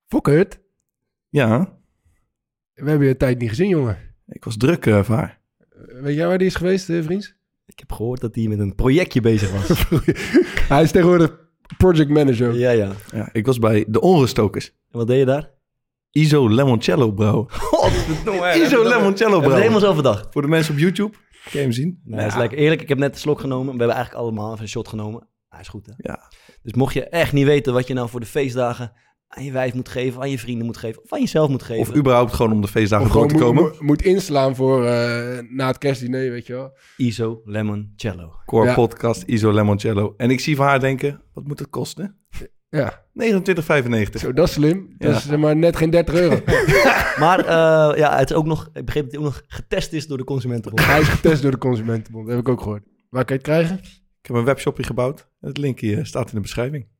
Fokkert, Ja, we hebben je een tijd niet gezien, jongen. ik was druk, Vaar. Weet jij waar die is geweest, vriends? Ik heb gehoord dat hij met een projectje bezig was. Hij is tegenwoordig project manager. ja. Ja, ik was bij de Onruststokers. En wat deed je daar? Iso Lemoncello brouwen. Iso Lemoncello Heb je het brouwen. helemaal zelf bedacht? Voor de mensen op YouTube. Kan je hem zien? Nee, dat is lekker. Eerlijk, ik heb net een slok genomen. We hebben eigenlijk allemaal even een shot genomen. Hij is goed, hè? Ja. Dus mocht je echt niet weten wat je nou voor de feestdagen aan je wijf moet geven, aan je vrienden moet geven, of aan jezelf moet geven. Of überhaupt gewoon om de feestdagen Of door te gewoon komen. moet inslaan voor na het kerstdiner, weet je wel. Iso Lemoncello. Core Ja. podcast Iso Lemoncello. En ik zie van haar denken, wat moet het kosten? Ja, 29,95. zo, dat is slim. Ja. Dat is maar net geen 30 euro. Maar het is ook nog, ik begreep dat hij ook nog getest is door de Consumentenbond. Hij is getest door de Consumentenbond, dat heb ik ook gehoord. Waar kan je het krijgen? Ik heb een webshopje gebouwd. Het linkje staat in de beschrijving.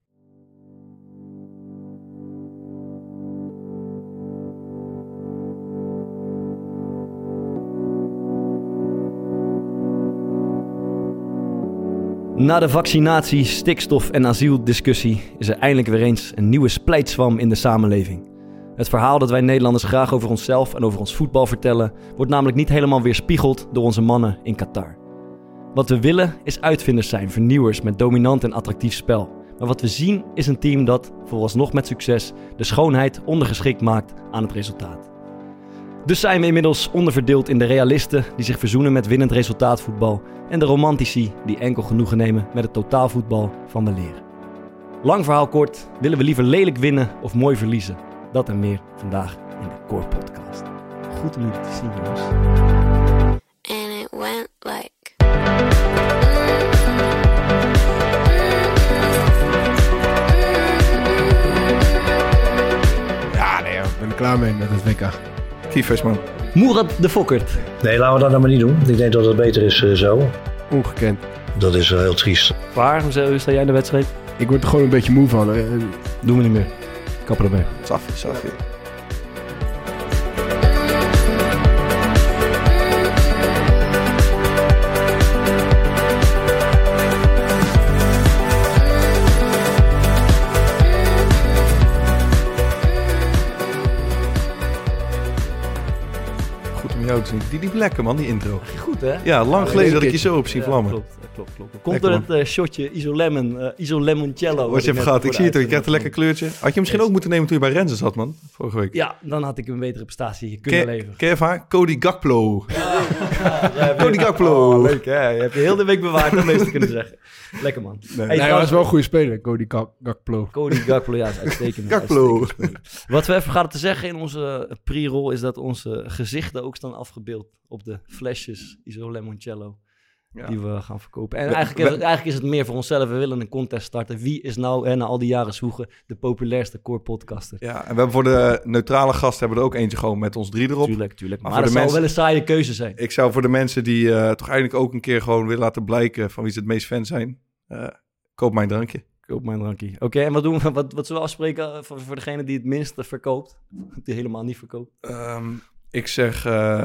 Na de vaccinatie, stikstof en asieldiscussie is er eindelijk weer eens een nieuwe splijtswam in de samenleving. Het verhaal dat wij Nederlanders graag over onszelf en over ons voetbal vertellen, wordt namelijk niet helemaal weerspiegeld door onze mannen in Qatar. Wat we willen is uitvinders zijn, vernieuwers met dominant en attractief spel. Maar wat we zien is een team dat, vooralsnog met succes, de schoonheid ondergeschikt maakt aan het resultaat. Dus zijn we inmiddels onderverdeeld in de realisten die zich verzoenen met winnend resultaatvoetbal en de romantici die enkel genoegen nemen met het totaalvoetbal van de leer. Lang verhaal kort, willen we liever lelijk winnen of mooi verliezen? Dat en meer vandaag in de Core Podcast. Goed om jullie te zien, jongens. And it went like. Ja, nee, ik ben er klaar mee met het WK. Kievers, man. Murat de Fokkert. Nee, laten we dat nou maar niet doen. Ik denk dat het beter is zo. Ongekend. Dat is heel triest. Waar? Hoe sta jij in de wedstrijd? Ik word er gewoon een beetje moe van. Doen we niet meer. Kapper ermee. Safje. Goed om jou te zien. Die liep lekker, man, die intro. Goed, hè? Ja, lang geleden dat ik je zo op zien Ja, vlammen. Klopt. Komt Lekker, door het shotje Iso Lemoncello. Wat je hebt gehad. Ik zie het ook. Je krijgt een lekker kleurtje. Had je misschien ook moeten nemen toen je bij Renze zat, man. Vorige week. Ja, dan had ik een betere prestatie kunnen leveren. Ken je haar? Cody Gakpo. Cody Gakpo. Oh, leuk, hè? Je hebt je heel de week bewaard om deze te kunnen zeggen. Lekker, man. Nee. Hey, Nee, hij was wel een goede speler, Cody Gakpo. Cody Gakpo, ja, is uitstekend. Gakpo. Wat we even vergaten te zeggen in onze pre-roll is dat onze gezichten ook staan afgebeeld op de flesjes Iso Lemoncello. Ja. Die we gaan verkopen. En eigenlijk is het meer voor onszelf. We willen een contest starten. Wie is nou, na al die jaren zwoegen, de populairste core podcaster? Ja, en we hebben voor de neutrale gasten hebben we er ook eentje gewoon met ons 3 erop. Tuurlijk. Maar Maar voor dat de zou mensen- wel een saaie keuze zijn. Ik zou voor de mensen die toch eigenlijk ook een keer gewoon willen laten blijken van wie ze het meest fan zijn, koop mijn drankje. Koop mijn drankje. Oké, en wat doen we? Wat zullen we afspreken voor degene die het minste verkoopt? Die helemaal niet verkoopt. Ik zeg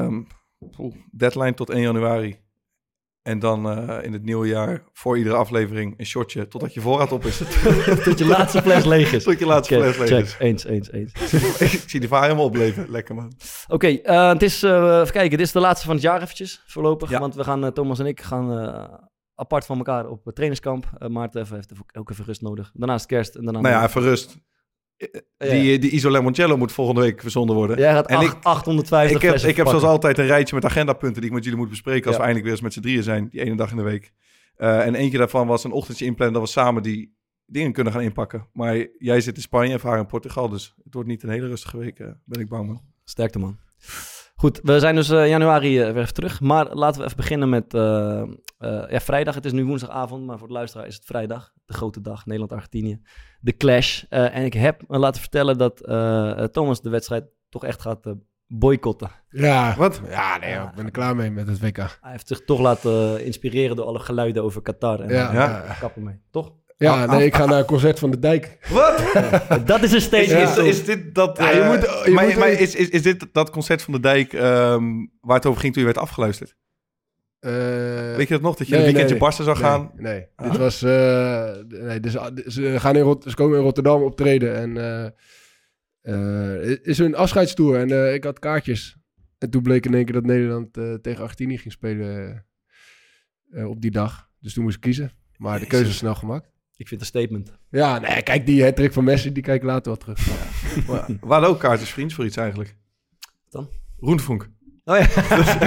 deadline tot 1 januari. En dan in het nieuwe jaar voor iedere aflevering een shotje totdat je voorraad op is. Tot je laatste fles leeg is. Tot je laatste Oké, fles leeg check. is. Eens. Ik zie de vaar helemaal opleven. Lekker, man. Oké, het is, even kijken, dit is de laatste van het jaar eventjes, voorlopig. Ja. Want we gaan, Thomas en ik gaan apart van elkaar op trainingskamp. Maarten heeft ook even rust nodig. Daarna is het kerst. En daarna Nou ja, even rust. Die Iso Lemoncello moet volgende week verzonden worden. Jij gaat En 850 flessen ik heb zoals verpakken. altijd een rijtje met agendapunten die ik met jullie moet bespreken als Ja. we eindelijk weer eens met z'n drieën zijn, die ene dag in de week. En eentje daarvan was een ochtendje inplannen dat we samen die dingen kunnen gaan inpakken. Maar jij zit in Spanje en Vaar in Portugal, dus het wordt niet een hele rustige week, ben ik bang, man. Sterkte, man. Goed, we zijn dus januari weer even terug. Maar laten we even beginnen met vrijdag. Het is nu woensdagavond, maar voor de luisteraar is het vrijdag. De grote dag, Nederland-Argentinië. De clash. En ik heb me laten vertellen dat Thomas de wedstrijd toch echt gaat boycotten. Ja. Wat? Ja, nee, ik ben er klaar mee met het WK. Hij heeft zich toch laten inspireren door alle geluiden over Qatar. En Ja. kappen mee, toch? Ja, nee, ik ga naar een concert van de Dijk. Wat? Dat is een statement. Is dit dat... Ja, is dit dat concert van de Dijk waar het over ging toen je werd afgeluisterd? Weet je dat nog? Dat je een weekendje barsten zou gaan? Nee. Dit was... ze komen in Rotterdam optreden en is een afscheidstoer en ik had kaartjes. En toen bleek in één keer dat Nederland tegen Argentinië ging spelen op die dag. Dus toen moest ik kiezen. Maar de keuze is snel gemaakt. Ik vind het een statement. Ja, nee, kijk, die hat-trick van Messi, die kijk ik later wel terug. We hadden ook kaartjes, vriends, voor iets eigenlijk. Dan? Roentvonk. Oh ja.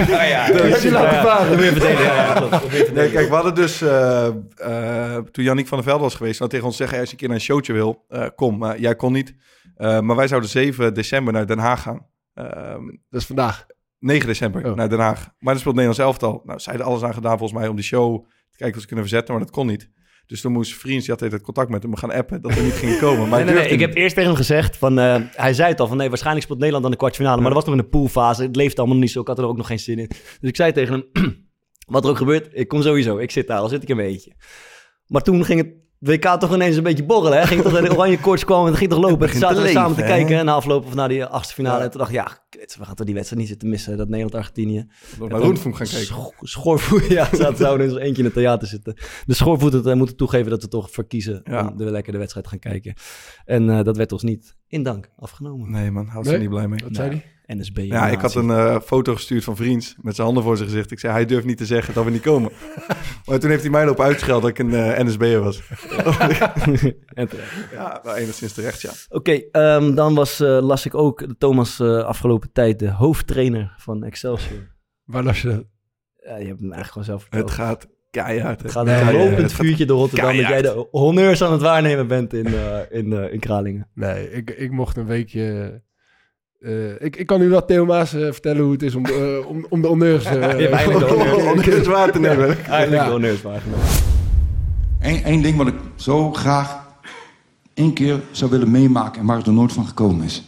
Nee, kijk, we hadden dus... toen Yannick van der Velde was geweest... nou tegen ons zeggen, als je een keer naar een showtje wil... kom, maar jij kon niet. Maar wij zouden 7 december naar Den Haag gaan. Dat is vandaag. 9 december naar Den Haag. Maar dan speelt Nederlands elftal. Nou, zij hadden alles aan gedaan volgens mij om die show te kijken of ze kunnen verzetten, maar dat kon niet. Dus toen moest vriends, die had het contact met hem, we gaan appen dat we niet gingen komen. Maar nee. Ik heb eerst tegen hem gezegd, hij zei het al, van nee, waarschijnlijk speelt Nederland dan de kwartfinale. Maar dat was nog in de poolfase, het leefde allemaal niet zo, ik had er ook nog geen zin in. Dus ik zei tegen hem, wat er ook gebeurt, ik kom sowieso, ik zit daar, al zit ik in mijn eentje. Maar toen ging het WK toch ineens een beetje borrelen. Hè? Ging toch de oranje koorts kwam en het ging toch lopen. Toen zaten we samen te kijken en na aflopen naar die 8e finale. Ja. En toen dacht ik, we gaan toch die wedstrijd niet zitten missen, dat Nederland-Argentinië. Naar Roentvonk gaan kijken. Schoorvoet, zouden in zo'n eentje in het theater zitten. De Schoorvoet moeten toegeven dat we toch verkiezen om lekker de wedstrijd te gaan kijken. En dat werd ons niet in dank afgenomen. Nee man, houdt ze niet blij mee. Wat zei hij? NSB. Ja, ik had een foto gestuurd van vriends met zijn handen voor zijn gezicht. Ik zei, hij durft niet te zeggen dat we niet komen. Maar toen heeft hij mij erop uitgescheld dat ik een NSB'er was. En terecht. Ja, wel enigszins terecht, ja. Oké, dan las ik ook Thomas afgelopen tijd de hoofdtrainer van Excelsior. Waar las je dat? Ja, je hebt hem eigenlijk gewoon zelf verteld. Het gaat keihard. Het gaat een lopend vuurtje door Rotterdam dat jij de honneurs aan het waarnemen bent in Kralingen. Nee, ik mocht een weekje... Ik kan u wel Theo Maas vertellen hoe het is om de honneurs... je hebt eigenlijk de honneurs waar te nemen. Eigenlijk de honneurs waargenomen. Eén ding wat ik zo graag 1 keer zou willen meemaken en waar het er nooit van gekomen is.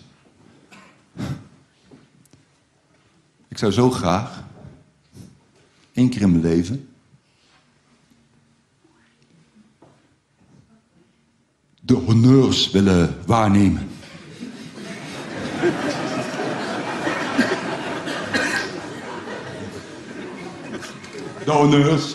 Ik zou zo graag 1 keer in mijn leven de honneurs willen waarnemen. De honneurs,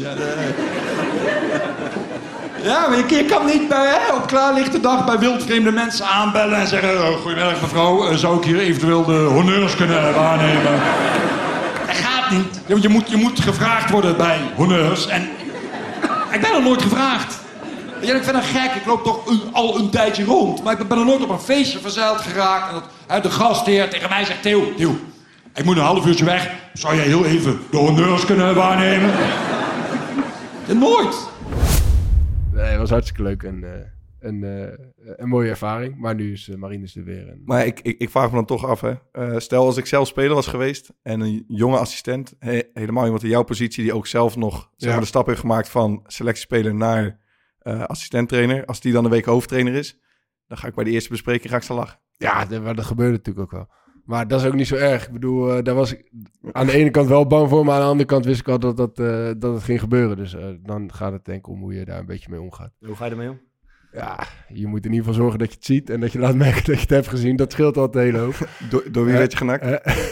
ja, maar je kan niet op klaarlichte dag bij wildvreemde mensen aanbellen en zeggen... Goedemiddag mevrouw, zou ik hier eventueel de honneurs kunnen waarnemen? Dat gaat niet. Je moet gevraagd worden bij honneurs en ik ben er nooit gevraagd. Ja, ik vind dat gek, ik loop toch al een tijdje rond. Maar ik ben er nooit op een feestje verzeild geraakt. En dat de gastheer tegen mij zegt... Theo, ik moet een half uurtje weg. Zou jij heel even de honneurs kunnen waarnemen? Ja, nooit. Nee, het was hartstikke leuk en een mooie ervaring. Maar nu is Marinus er weer. Maar ik vraag me dan toch af, hè. Stel als ik zelf speler was geweest en een jonge assistent... helemaal iemand in jouw positie die ook zelf nog de stap heeft gemaakt... van selectiespeler naar assistent-trainer. Als die dan een week hoofdtrainer is... dan ga ik bij de eerste bespreking staan lachen. Ja, dat gebeurde natuurlijk ook wel. Maar dat is ook niet zo erg. Ik bedoel, daar was ik aan de ene kant wel bang voor... maar aan de andere kant wist ik al dat het ging gebeuren. Dus dan gaat het denk ik om hoe je daar een beetje mee omgaat. Hoe ga je ermee om? Ja, je moet in ieder geval zorgen dat je het ziet... en dat je laat merken dat je het hebt gezien. Dat scheelt altijd een hele hoop. Door wie werd je genakt?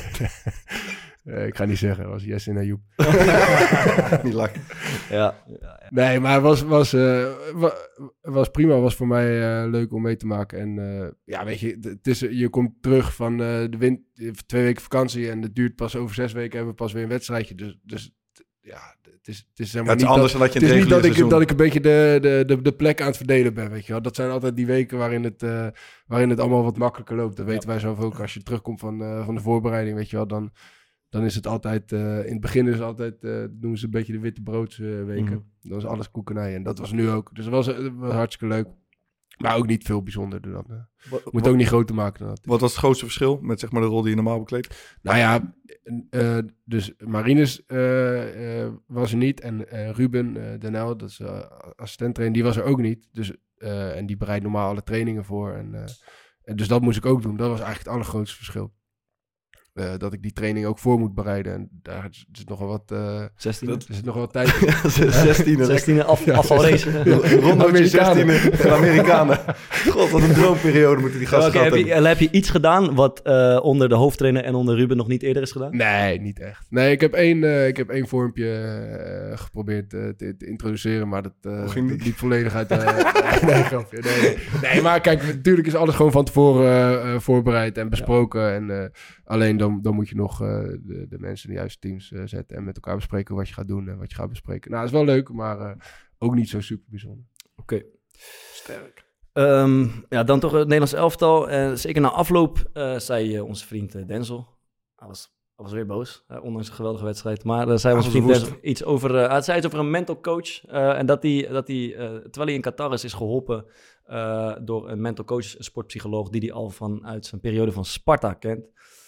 Ik ga niet zeggen, was Jesse en Ayoub. Niet lachen. Ja. Nee, maar het was prima. Was voor mij leuk om mee te maken. En weet je, je komt terug van de 2 weken vakantie... en het duurt pas over 6 weken hebben we pas weer een wedstrijdje. Dus ja, het is zeg maar niet anders dan dat je het is niet dat ik een beetje de plek aan het verdelen ben, weet je wel. Dat zijn altijd die weken waarin het allemaal wat makkelijker loopt. Dat weten wij zelf ook. Als je terugkomt van de voorbereiding, weet je wel, dan is het altijd... in het begin is het altijd... doen ze een beetje de wittebroodsweken. Dan is alles koekenij. En dat was nu ook. Dus het was hartstikke leuk. Maar ook niet veel bijzonderder dan. Moet ook niet groter maken dan dat. Wat was het grootste verschil met zeg maar de rol die je normaal bekleedt? Nou ja, dus Marinus was er niet. En Ruben Denel, dat is assistent-trainer, die was er ook niet. Dus, en die bereidt normaal alle trainingen voor. En dus dat moest ik ook doen. Dat was eigenlijk het allergrootste verschil. dat ik die training ook voor moet bereiden. En daar zit nogal wat... 16e? Er zit nog wel tijd in. 16e afvalrace. Rondje 16e Amerikanen. God, wat een droomperiode moeten die gasten gehad hebben. Heb je iets gedaan wat onder de hoofdtrainer en onder Ruben nog niet eerder is gedaan? Nee, niet echt. Nee, ik heb één vormpje geprobeerd te introduceren, maar dat liep volledig uit nee, grapje. Nee, maar kijk, natuurlijk is alles gewoon van tevoren voorbereid en besproken. En alleen dan moet je nog de mensen in de juiste teams zetten en met elkaar bespreken wat je gaat doen en wat je gaat bespreken. Nou, dat is wel leuk, maar ook niet zo super bijzonder. Oké. Sterk. Dan toch het Nederlands elftal. Zeker na afloop zei onze vriend Denzel. Hij was weer boos, ondanks een geweldige wedstrijd. Maar zei onze vriend Denzel iets over... hij zei iets over een mental coach. En dat hij terwijl hij in Qatar is geholpen door een mental coach, een sportpsycholoog, die hij al vanuit zijn periode van Sparta kent.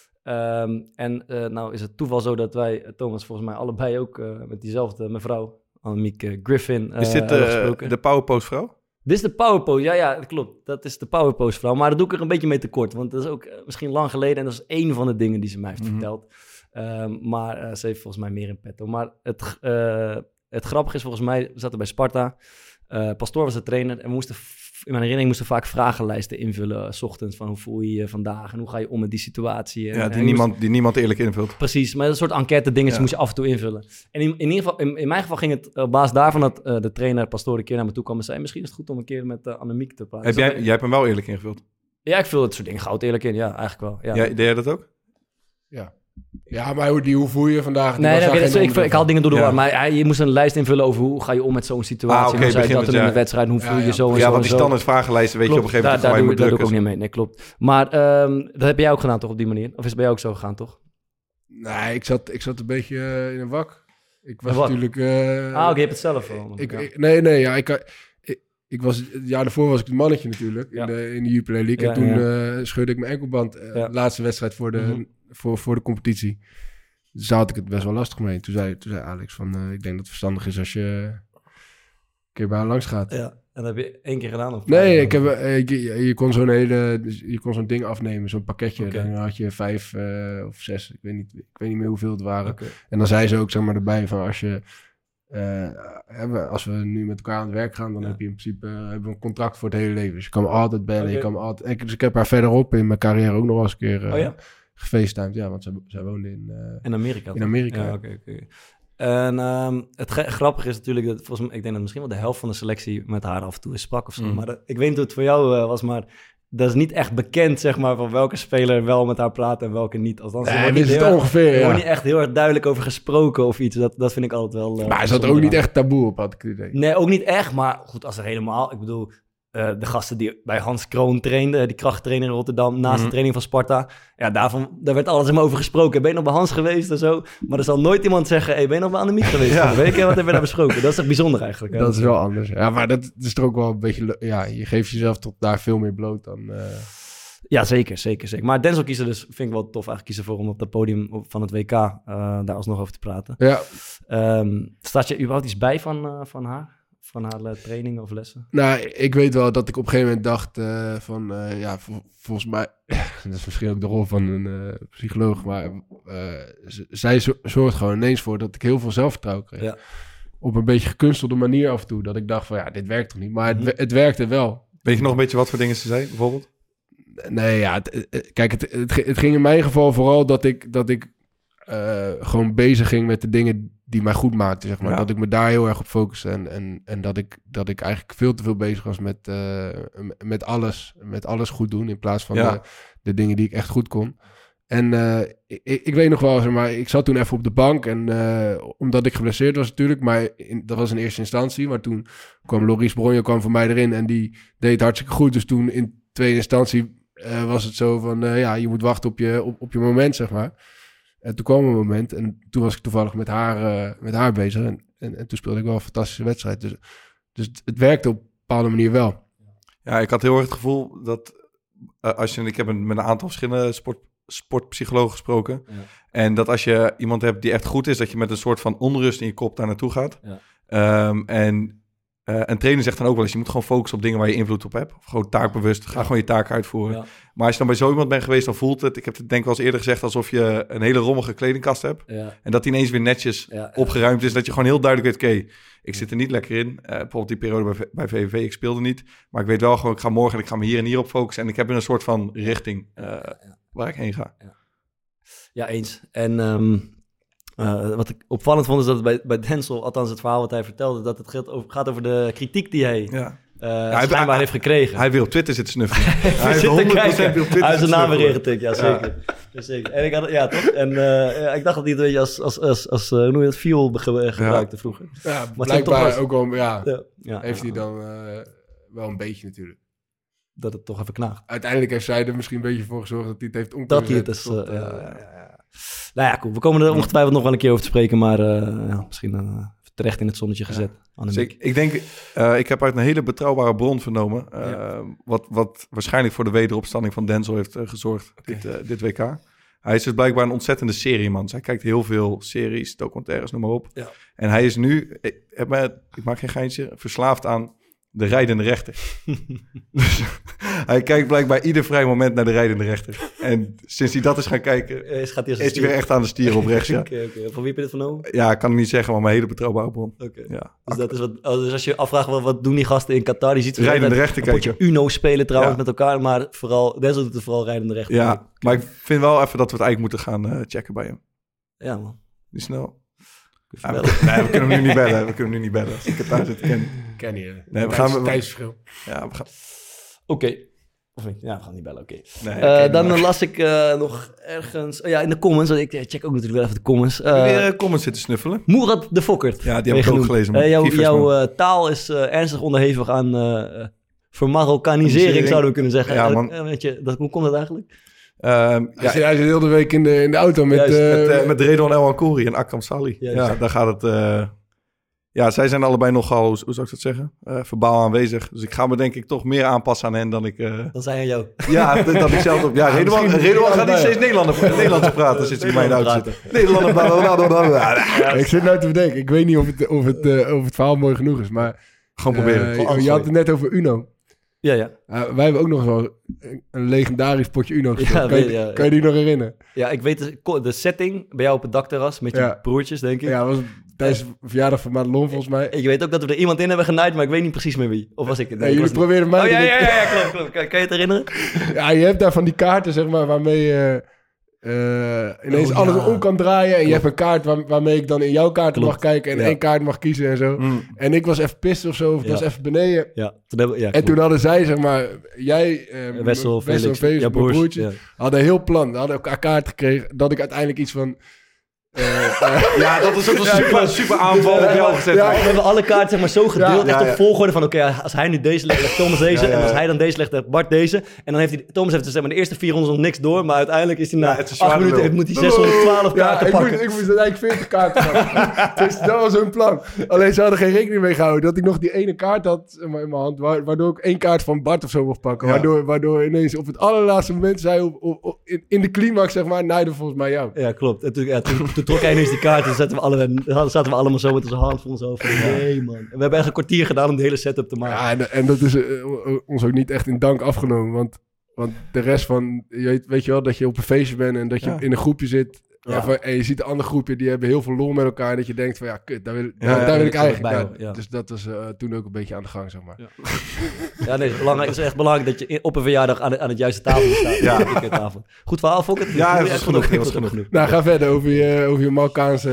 Nou is het toeval zo dat wij, Thomas, volgens mij allebei ook met diezelfde mevrouw, Annemiek Griffin, is dit de powerpose vrouw? Dit is de powerpose, ja, dat klopt. Dat is de powerpose vrouw. Maar dat doe ik er een beetje mee tekort, want dat is ook misschien lang geleden en dat is één van de dingen die ze mij heeft verteld. Maar ze heeft volgens mij meer in petto. Maar het grappige is volgens mij, we zaten bij Sparta, Pastoor was de trainer en in mijn herinnering moesten we vaak vragenlijsten invullen, 's ochtends, van hoe voel je je vandaag en hoe ga je om met die situatie. Die niemand eerlijk invult. Precies, maar een soort enquête dingen moest je af en toe invullen. En in ieder geval, in mijn geval ging het op basis daarvan dat de trainer, Pastoor, een keer naar me toe kwam en zei, misschien is het goed om een keer met Annemiek te praten. Jij hebt hem wel eerlijk ingevuld? Ja, ik vul het soort dingen goud eerlijk in, ja, eigenlijk wel. Ja. Deed jij dat ook? Ja, maar hoe voel je vandaag? Ik haal dingen door de war. Maar je moest een lijst invullen over hoe ga je om met zo'n situatie. Hoe zou je dat doen in de wedstrijd? Hoe voel je zo en zo? Ja, want die standaard vragenlijsten weet je op een gegeven moment waar je moet drukken. Daar doe ik ook niet mee, nee, klopt. Maar dat heb jij ook gedaan toch op die manier? Of is het bij jou ook zo gegaan, toch? Nee, ik zat een beetje in een wak. Ik was natuurlijk... oké, je hebt het zelf wel. Ik was, het jaar daarvoor was ik het mannetje natuurlijk in de Jupiler League. En toen scheurde ik mijn enkelband. De laatste wedstrijd voor de competitie. Dus daar had ik het best wel lastig mee. Toen zei Alex van, ik denk dat het verstandig is als je een keer bij haar langs gaat. Ja, en dat heb je 1 keer gedaan? Of nee, je kon zo'n ding afnemen, zo'n pakketje. Okay. Dan had je 5 of 6, ik weet niet meer hoeveel het waren. Okay. En dan zei ze ook zeg maar erbij van als we nu met elkaar aan het werk gaan, dan heb je in principe hebben we een contract voor het hele leven. Dus je kan me altijd bellen. Je kan me altijd, dus ik heb haar verderop in mijn carrière ook nog wel eens een keer gefacetimed. Ja, want zij woonde in Amerika. In Amerika. Ja, oké. En het grappige is natuurlijk dat volgens mij, ik denk dat misschien wel de helft van de selectie met haar af en toe is sprak of zo. Maar ik weet niet hoe het voor jou was, maar dat is niet echt bekend, zeg maar, van welke speler wel met haar praat en welke niet. Althans, er wordt niet echt heel erg duidelijk over gesproken of iets. Dat vind ik altijd wel... maar is dat ook niet echt taboe op, had ik het idee? Nee, ook niet echt, maar goed, als er helemaal... Ik bedoel, de gasten die bij Hans Kroon trainden, die krachttrainer in Rotterdam, naast de training van Sparta, ja, daar werd alles helemaal over gesproken. Ben je nog bij Hans geweest en zo? Maar er zal nooit iemand zeggen, hey, ben je nog bij Annemiek geweest? Ja. Weet je, wat hebben we daar besproken? Dat is echt bijzonder eigenlijk. Hè? Dat is wel anders. Ja, maar dat is toch ook wel een beetje... Ja, je geeft jezelf tot daar veel meer bloot dan... Ja, zeker. Maar Denzel kiezen dus, vind ik wel tof eigenlijk kiezen voor om op dat podium van het WK daar alsnog over te praten. Ja. Staat je überhaupt iets bij van haar? Van haar trainingen of lessen? Nou, ik weet wel dat ik op een gegeven moment dacht volgens mij... dat is misschien ook de rol van een psycholoog, maar zij zorgt gewoon ineens voor dat ik heel veel zelfvertrouwen kreeg. Ja. Op een beetje gekunstelde manier af en toe. Dat ik dacht van, dit werkt toch niet? Maar het werkte wel. Weet je nog een beetje wat voor dingen ze zei, bijvoorbeeld? Nee, ja, het ging in mijn geval vooral dat ik gewoon bezig ging met de dingen die mij goed maakten, zeg maar. Ja. Dat ik me daar heel erg op focuste en dat ik eigenlijk veel te veel bezig was met alles goed doen in plaats van de dingen die ik echt goed kon. En ik weet nog wel, zeg maar, ik zat toen even op de bank en omdat ik geblesseerd was natuurlijk, maar dat was in eerste instantie, maar toen kwam Loris Bronje voor mij erin en die deed het hartstikke goed. Dus toen in tweede instantie was het zo van, je moet wachten op je moment, zeg maar. En toen kwam een moment en toen was ik toevallig met haar bezig. En toen speelde ik wel een fantastische wedstrijd. Dus het werkte op een bepaalde manier wel. Ja, ik had heel erg het gevoel dat... ik heb met een aantal verschillende sportpsychologen gesproken. Ja. En dat als je iemand hebt die echt goed is... dat je met een soort van onrust in je kop daar naartoe gaat. Ja. En een trainer zegt dan ook wel eens, je moet gewoon focussen op dingen waar je invloed op hebt. Of gewoon taakbewust, ga gewoon je taak uitvoeren. Ja. Maar als je dan bij zo iemand bent geweest, dan voelt het, ik heb het denk ik wel eens eerder gezegd, alsof je een hele rommelige kledingkast hebt. Ja. En dat die ineens weer netjes opgeruimd is. Dat je gewoon heel duidelijk weet, oké, ik zit er niet lekker in. Bijvoorbeeld die periode bij VVV, ik speelde niet. Maar ik weet wel gewoon, ik ga morgen en ik ga me hier en hier op focussen. En ik heb een soort van richting waar ik heen ga. Ja, eens. En wat ik opvallend vond is dat het bij Denzel, althans het verhaal wat hij vertelde, dat het gaat over de kritiek die hij schijnbaar heeft gekregen. Hij heeft weer op Twitter zitten snuffelen. Hij heeft 100% op Twitter. Hij heeft zijn naam weer ingetikt, ja zeker. Ja. Zeker. En ik had, ja toch? En ik dacht dat hij het een beetje als hoe noem je het, fuel gebruikte vroeger. Ja, maar blijkbaar ook wel, heeft hij dan wel een beetje natuurlijk. Dat het toch even knaagt. Uiteindelijk heeft zij er misschien een beetje voor gezorgd dat hij het heeft omgezet. Dat hij het is, Nou ja, cool. We komen er ongetwijfeld nog wel een keer over te spreken, maar misschien terecht in het zonnetje gezet. Ik denk, ik heb uit een hele betrouwbare bron vernomen, wat waarschijnlijk voor de wederopstanding van Denzel heeft gezorgd dit WK. Hij is dus blijkbaar een ontzettende serieman. Hij kijkt heel veel series, documentaires, noem maar op. Ja. En hij is nu, ik maak geen geintje, verslaafd aan de rijdende rechter. Dus hij kijkt blijkbaar ieder vrij moment naar de rijdende rechter. En sinds hij dat is gaan kijken, is hij weer echt aan de stier op rechts. Ja. Okay. Van wie heb je dit vernomen? Ja, ik kan het niet zeggen, maar mijn hele betrouwbare bron. Ja. Dus, dat is dus als je afvraagt, wat doen die gasten in Qatar? Die ziet rijdende rechter kijken. Een potje Uno spelen trouwens met elkaar, maar vooral, Denzel doet het vooral rijdende rechter. Ja, maar ik vind wel even dat we het eigenlijk moeten gaan checken bij hem. Ja, man. Niet snel. Nee, we kunnen hem nu niet bellen. Als ik het daar zit, ken je. Nee, we gaan tijdsverschil. Ja, we gaan. Oké. Of niet? Ja, we gaan niet bellen, oké. Nee, dan las ik nog ergens... in de comments. Ik check ook natuurlijk wel even de comments. Weer comments zitten snuffelen. Murat de Fokkert. Ja, die heb ik ook gelezen. Jouw taal is ernstig onderhevig aan vermarokkanisering, zouden we kunnen zeggen. Ja, man. Hoe komt dat eigenlijk? Hij zit heel de week in de auto met Redouan El Ancori en Akram Sali. Ja, daar gaat het... zij zijn allebei nogal, hoe zou ik dat zeggen, verbaal aanwezig. Dus ik ga me denk ik toch meer aanpassen aan hen dan ik... Dan zij aan jou. Ja, dat ik zelf op... Ja, Redouan gaat niet steeds Nederlands praten, zit hij in mijn auto zitten. Ik zit nou te bedenken. Ik weet niet of het verhaal mooi genoeg is, maar... Gewoon proberen. Je had het net over Uno. Ja. Wij hebben ook nog wel een legendarisch potje Uno gespeeld. Kan je die nog herinneren? Ja, ik weet de setting bij jou op het dakterras met je broertjes, denk ik. Ja, was tijdens de verjaardag van Madelon volgens mij. Ik weet ook dat we er iemand in hebben genaaid, maar ik weet niet precies meer wie. Of was ik het? Nee, jullie probeerden mij... Klopt. Kan je het herinneren? Ja, je hebt daar van die kaarten, zeg maar, waarmee je ineens alles om kan draaien. En je hebt een kaart waarmee ik dan in jouw kaarten mag kijken en één kaart mag kiezen en zo. En ik was even pist of zo, of ik was even beneden. Ja, toen hadden zij, zeg maar, jij, Wessel, Felix, mijn broertje, hadden een heel plan. We hadden elkaar kaart gekregen dat ik uiteindelijk iets van... dat is ook een super aanval op jou gezet. We hebben alle kaarten zeg maar zo gedeeld. Echt op volgorde van als hij nu deze legt, legt Thomas deze. En als hij dan deze legt, legt Bart deze. En dan heeft Thomas zeg maar de eerste 400 nog niks door. Maar uiteindelijk is hij na 8 minuten moet hij 612 kaarten pakken. Ik moest uiteindelijk 40 kaarten pakken. Dus dat was hun plan. Alleen ze hadden geen rekening mee gehouden dat ik nog die ene kaart had in mijn hand. Waardoor ik 1 kaart van Bart of zo mocht pakken. Waardoor ineens op het allerlaatste moment zei in de climax zeg maar, naaide volgens mij jou. Ja, klopt. En toen trok hij ineens die kaart en zaten we allemaal zo met onze hand voor ons hoofd. Nee, man. En we hebben echt een kwartier gedaan om de hele setup te maken. Ja, en dat is ons ook niet echt in dank afgenomen. Want de rest van, weet je wel, dat je op een feestje bent en dat je in een groepje zit. En je ziet een ander groepje, die hebben heel veel lol met elkaar. En dat je denkt van, kut, daar wil ik eigenlijk bij. Dus dat was toen ook een beetje aan de gang, zeg maar. Ja, nee, het is echt belangrijk dat je op een verjaardag aan het juiste tafel staat. Ja. Tafel. Goed verhaal, Fokker. Ja, dat is genoeg. Nou, ga verder over je Marokkaanse...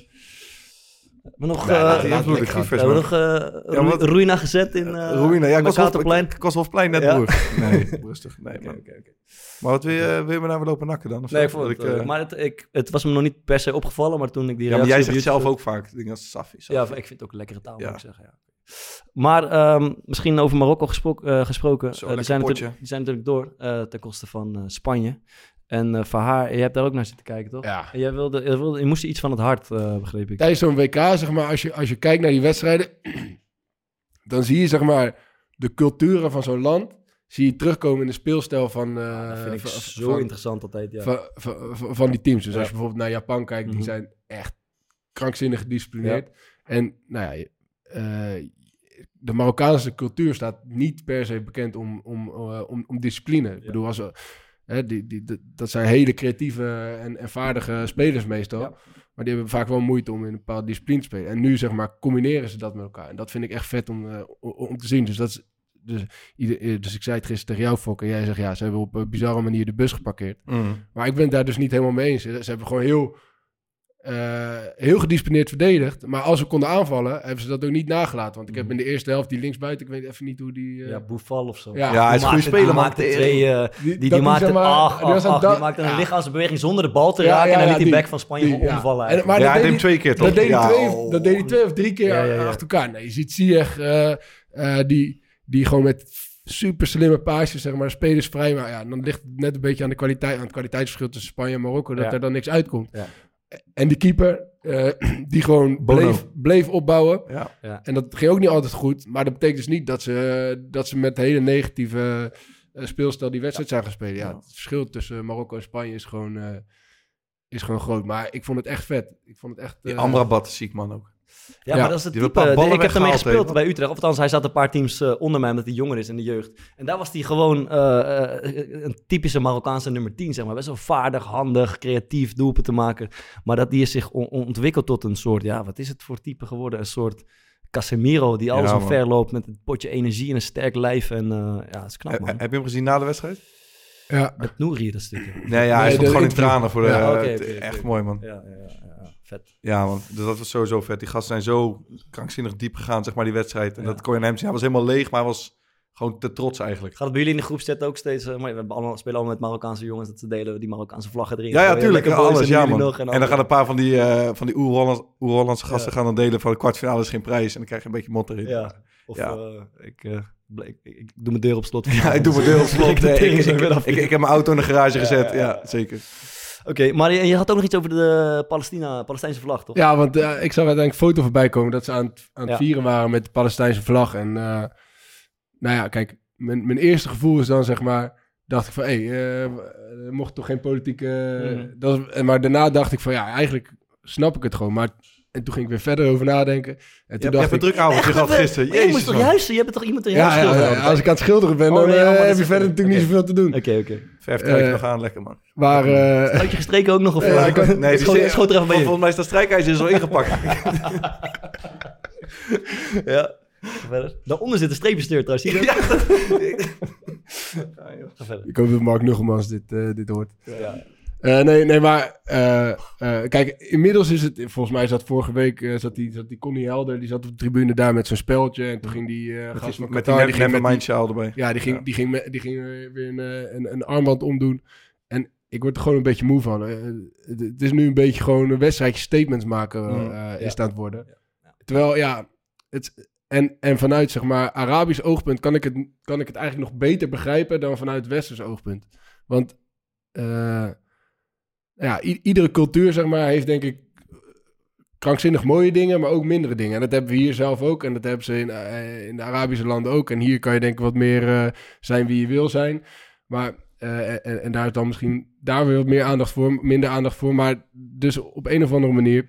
We hebben nog Ruïna gezet in Ruïna, ja, ik was Hofplein net door. Nee, rustig. Nee, okay. Maar wat wil je nou weer lopen nakken dan? Of nee, maar het was me nog niet per se opgevallen, maar toen ik die reactie... maar jij zegt zelf ook vaak dingen als Safi. Ja, ik vind het ook een lekkere taal, moet ik zeggen. Ja. Maar misschien over Marokko gesproken. Die zijn natuurlijk door ten koste van Spanje. En voor haar, je hebt daar ook naar zitten kijken, toch? Ja. En je moest iets van het hart, begreep ik. Tijdens zo'n WK, zeg maar, als je kijkt naar die wedstrijden, dan zie je, zeg maar, de culturen van zo'n land, zie je terugkomen in de speelstijl van... dat vind ik zo interessant altijd, ja. Van die teams. Dus als je bijvoorbeeld naar Japan kijkt, die zijn echt krankzinnig gedisciplineerd. Ja. En, nou ja, de Marokkaanse cultuur staat niet per se bekend om discipline. Ik bedoel, dat zijn hele creatieve en vaardige spelers meestal. Ja. Maar die hebben vaak wel moeite om in een bepaalde discipline te spelen. En nu, zeg maar, combineren ze dat met elkaar. En dat vind ik echt vet om te zien. Dus dat is... Dus ik zei het gisteren tegen jou, Fok, en jij zegt, ja, ze hebben op een bizarre manier de bus geparkeerd. Maar ik ben het daar dus niet helemaal mee eens. Ze hebben gewoon heel gedisciplineerd verdedigd. Maar als ze konden aanvallen, hebben ze dat ook niet nagelaten. Want ik heb in de eerste helft die linksbuiten, ik weet even niet hoe die... Ja, Boufal of zo. Ja, hij is een goede speler. Die maakte een lichaamsbeweging zonder de bal te raken. En dan liet die back van Spanje gewoon omvallen. Maar hij deed hem 2 keer, toch? Dat deed hij 2 of 3 keer achter elkaar. Nee, je ziet Ziyech, die gewoon met super slimme paasjes, zeg maar, spelers vrij. Maar ja, dan ligt het net een beetje aan het kwaliteitsverschil tussen Spanje en Marokko, dat er dan niks uitkomt. Ja. En die keeper, die gewoon bleef opbouwen. Ja. En dat ging ook niet altijd goed. Maar dat betekent dus niet dat ze met hele negatieve speelstijl die wedstrijd zijn gaan spelen. Ja, het verschil tussen Marokko en Spanje is gewoon groot. Maar ik vond het echt vet. Ik vond het echt... Die Amrabat is ziek, man, ook. Ja, maar dat is het type. Ik heb ermee gespeeld bij Utrecht. Of althans, hij zat een paar teams onder mij, omdat hij jonger is in de jeugd. En daar was hij gewoon een typische Marokkaanse nummer 10, zeg maar. Best wel vaardig, handig, creatief, doelpunten te maken. Maar die is zich ontwikkeld tot een soort, wat is het voor type geworden? Een soort Casemiro die alles omver loopt met een potje energie en een sterk lijf. En dat is knap, man. Heb je hem gezien na de wedstrijd? Ja. Met Nouri, dat stukje. Nee, hij stond gewoon in tranen voor de... Echt mooi, man. Ja. Vet. Ja, man. Dus dat was sowieso vet. Die gasten zijn zo krankzinnig diep gegaan, zeg maar, die wedstrijd. En dat kon je aan hem zien. Hij was helemaal leeg, maar hij was gewoon te trots eigenlijk. Gaat het bij jullie in de groepchat ook steeds... maar we spelen allemaal met Marokkaanse jongens, dat ze delen die Marokkaanse vlaggen erin. Ja, tuurlijk. Alles, man. En dan gaan een paar van die Oer-Hollandse gasten gaan dan delen van de kwartfinale is geen prijs. En dan krijg je een beetje mot erin. Ja. Of ik doe mijn deur op slot. Ja, ik doe mijn deur op slot. Ik heb mijn auto in de garage gezet. Ja, zeker. Oké, maar je had ook nog iets over de Palestijnse vlag, toch? Ja, want ik zag uiteindelijk een foto voorbij komen dat ze aan het vieren waren met de Palestijnse vlag. En nou ja, kijk, mijn eerste gevoel is dan, zeg maar, dacht ik van, er mocht toch geen politieke... maar daarna dacht ik van, ja, eigenlijk snap ik het gewoon. En toen ging ik weer verder over nadenken. En toen je hebt een druk avondje gehad gisteren. Je moest toch juist, je hebt toch iemand in je huis schilderen? Ja, als ik aan het schilderen ben, dan heb je verder natuurlijk niet zoveel te doen. Oké. Verf nog aan, lekker, man. Maar... Had je gestreken ook nog? Of nee, schoot er even bij je. Volgens mij is dat strijkijzer al ingepakt. Ja. Verder. Daaronder zit een streepjesdeur trouwens. Zie je dat? Ik hoop dat Mark Nuggelmans dit hoort. Ja. Maar kijk, inmiddels is het... Volgens mij zat vorige week zat die Connie Helder, die zat op de tribune daar met zo'n speltje. En toen ging die gast van Qatar... Die ging met mijn sjaal erbij. Ja, die ging weer een armband omdoen. En ik word er gewoon een beetje moe van. Het is nu een beetje gewoon een wedstrijdje statements maken is het aan het worden. Ja. Terwijl, En vanuit, zeg maar, Arabisch oogpunt kan ik het eigenlijk nog beter begrijpen dan vanuit Westers oogpunt. Want... iedere cultuur, zeg maar, heeft denk ik krankzinnig mooie dingen, maar ook mindere dingen. En dat hebben we hier zelf ook en dat hebben ze in de Arabische landen ook. En hier kan je denk ik wat meer zijn wie je wil zijn. Maar, en daar is dan misschien daar weer wat meer aandacht voor, minder aandacht voor. Maar dus op een of andere manier...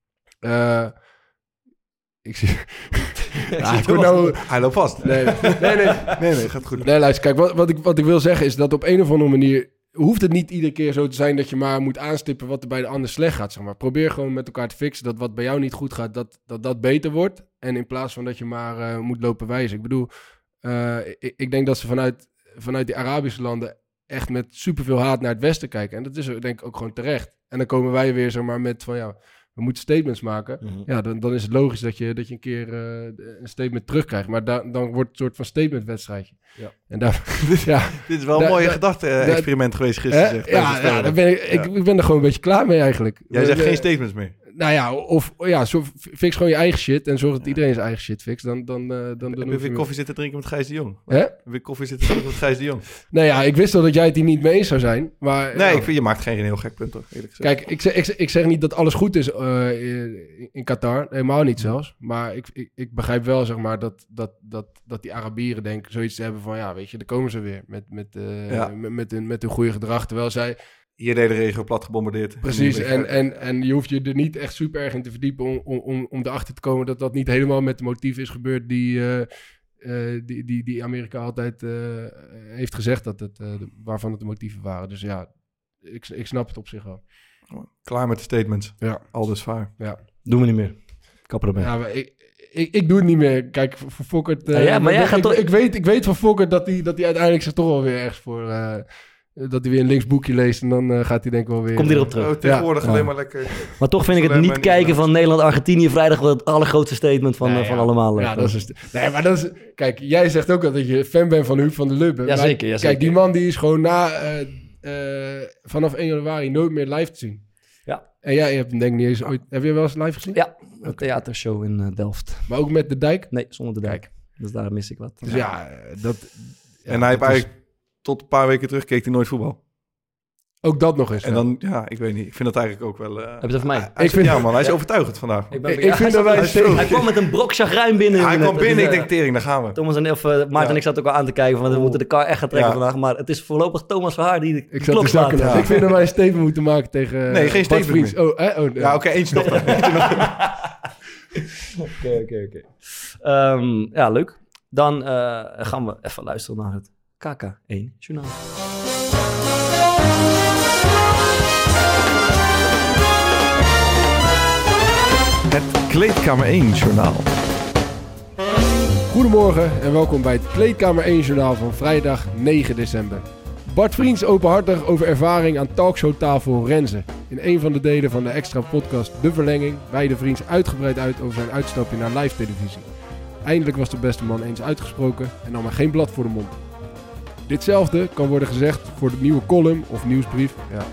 ik zie... Hij loopt vast. Nee, gaat goed. Nee, luister, kijk, wat ik wil zeggen is dat op een of andere manier... hoeft het niet iedere keer zo te zijn dat je maar moet aanstippen wat er bij de ander slecht gaat, zeg maar. Probeer gewoon met elkaar te fixen dat wat bij jou niet goed gaat, dat beter wordt. En in plaats van dat je maar moet lopen wijzen. Ik bedoel, ik denk dat ze vanuit die Arabische landen echt met superveel haat naar het Westen kijken. En dat is denk ik ook gewoon terecht. En dan komen wij weer, zeg maar, met van we moeten statements maken. Mm-hmm. Ja, dan is het logisch dat je een keer een statement terugkrijgt. Maar dan wordt het een soort van statementwedstrijdje. Ja. En dit is wel een mooie gedachte-experiment geweest gisteren. Daar ik ben er gewoon een beetje klaar mee eigenlijk. Jij zegt geen statements meer. Nou ja, fix gewoon je eigen shit en zorg dat iedereen zijn eigen shit fixt. Dan heb je weer koffie zitten drinken met Gijs de Jong? Weer koffie zitten drinken met Gijs de Jong? Nou ja, ik wist wel dat jij het hier niet mee eens zou zijn. Maar, nee, ik vind je maakt geen heel gek punt, toch? Eerlijk gezegd. Kijk, ik zeg niet dat alles goed is in Qatar. Helemaal niet zelfs. Maar ik begrijp wel, zeg maar, dat die Arabieren denken zoiets te hebben van, ja, weet je, daar komen ze weer met hun goede gedrag. Terwijl zij... hier de hele regio plat gebombardeerd. Precies, en je hoeft je er niet echt super erg in te verdiepen om erachter te komen dat dat niet helemaal met de motief is gebeurd die Amerika altijd heeft gezegd waarvan het de motieven waren. Dus ja, ik snap het op zich wel. Klaar met de statements. Ja. Aldus vaar. Ja. Doen we niet meer. Kapper ermee. Ja, maar ik doe het niet meer. Kijk, voor Fokkert... maar jij gaat toch... Ik weet van Fokkert dat hij uiteindelijk zich toch wel weer ergens voor... dat hij weer een linksboekje leest en dan gaat hij denk ik wel weer... Komt hij erop terug. Tegenwoordig alleen maar lekker... Maar toch vind ik het niet kijken van Nederland-Argentinië vrijdag wel het allergrootste statement van allemaal. Ja, dat is... maar dat is... Kijk, jij zegt ook dat je fan bent van Huub van der Lubbe. Ja, zeker. Kijk, die man die is gewoon vanaf 1 januari nooit meer live te zien. Ja. En jij hebt hem denk ik niet eens ooit... Heb je wel eens live gezien? Ja, een theatershow in Delft. Maar ook met de Dijk? Nee, zonder de Dijk. Dus daar mis ik wat. Dus ja, dat... En hij heeft eigenlijk tot een paar weken terug keek hij nooit voetbal. Ook dat nog eens. En dan, ik weet niet. Ik vind dat eigenlijk ook wel... Heb je het over mij? Hij is overtuigend vandaag. Ik vind dat wij... Hij kwam met een brok chagrijn binnen. Hij kwam binnen, ik denk tering, daar gaan we. Thomas Maarten en ik zaten ook al aan te kijken, want we moeten de kar echt gaan trekken vandaag. Maar het is voorlopig Thomas Verhaar die de klok slaat. Ja. Ik vind dat wij een statement moeten maken tegen... Nee, geen statement meer. Ja, oké, eentje nog. Oké. Ja, leuk. Dan gaan we even luisteren naar het KK1 Journaal. Het Kleedkamer 1 Journaal. Goedemorgen en welkom bij het Kleedkamer 1 Journaal van vrijdag 9 december. Bart Vriends openhartig over ervaring aan talkshowtafel Renze. In een van de delen van de extra podcast De Verlenging weidde Vriends uitgebreid uit over zijn uitstapje naar live televisie. Eindelijk was de beste man eens uitgesproken en nam er geen blad voor de mond. Ditzelfde kan worden gezegd voor de nieuwe column of nieuwsbrief. Ja,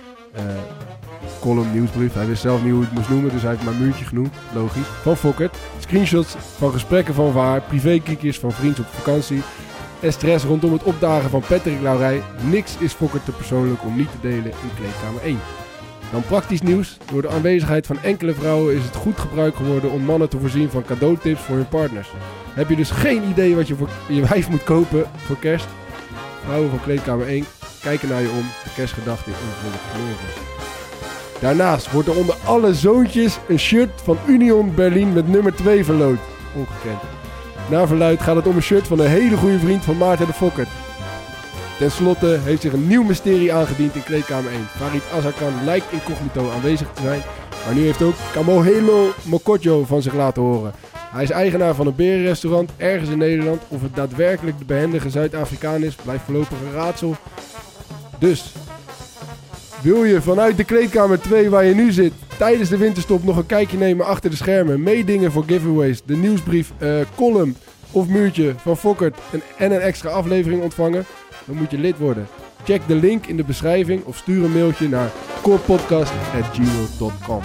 column, nieuwsbrief. Hij wist zelf niet hoe hij het moest noemen, dus hij heeft maar muurtje genoemd. Logisch. Van Fokkert. Screenshots van gesprekken van Waar. Privékiekjes van Vriends op vakantie. En stress rondom het opdagen van Patrick Laurij. Niks is Fokkert te persoonlijk om niet te delen in Kleedkamer 1. Dan praktisch nieuws. Door de aanwezigheid van enkele vrouwen is het goed gebruik geworden om mannen te voorzien van cadeautips voor hun partners. Heb je dus geen idee wat je voor je wijf moet kopen voor kerst? Vrouwen van Kleedkamer 1 kijken naar je om. De kerstgedachte in volle glorie. Daarnaast wordt er onder alle zoontjes een shirt van Union Berlin met nummer 2 verloot. Ongekend. Naar verluidt gaat het om een shirt van een hele goede vriend van Maarten de Fokkert. Ten slotte heeft zich een nieuw mysterie aangediend in Kleedkamer 1. Farid Azarkan lijkt incognito aanwezig te zijn, maar nu heeft ook Kamohelo Mokotjo van zich laten horen. Hij is eigenaar van een berenrestaurant ergens in Nederland. Of het daadwerkelijk de behendige Zuid-Afrikaan is, blijft voorlopig een raadsel. Dus, wil je vanuit de Kleedkamer 2 waar je nu zit tijdens de winterstop nog een kijkje nemen achter de schermen, meedingen voor giveaways, de nieuwsbrief, column of muurtje van Fokkert en een extra aflevering ontvangen, dan moet je lid worden. Check de link in de beschrijving of stuur een mailtje naar corepodcast@gmail.com.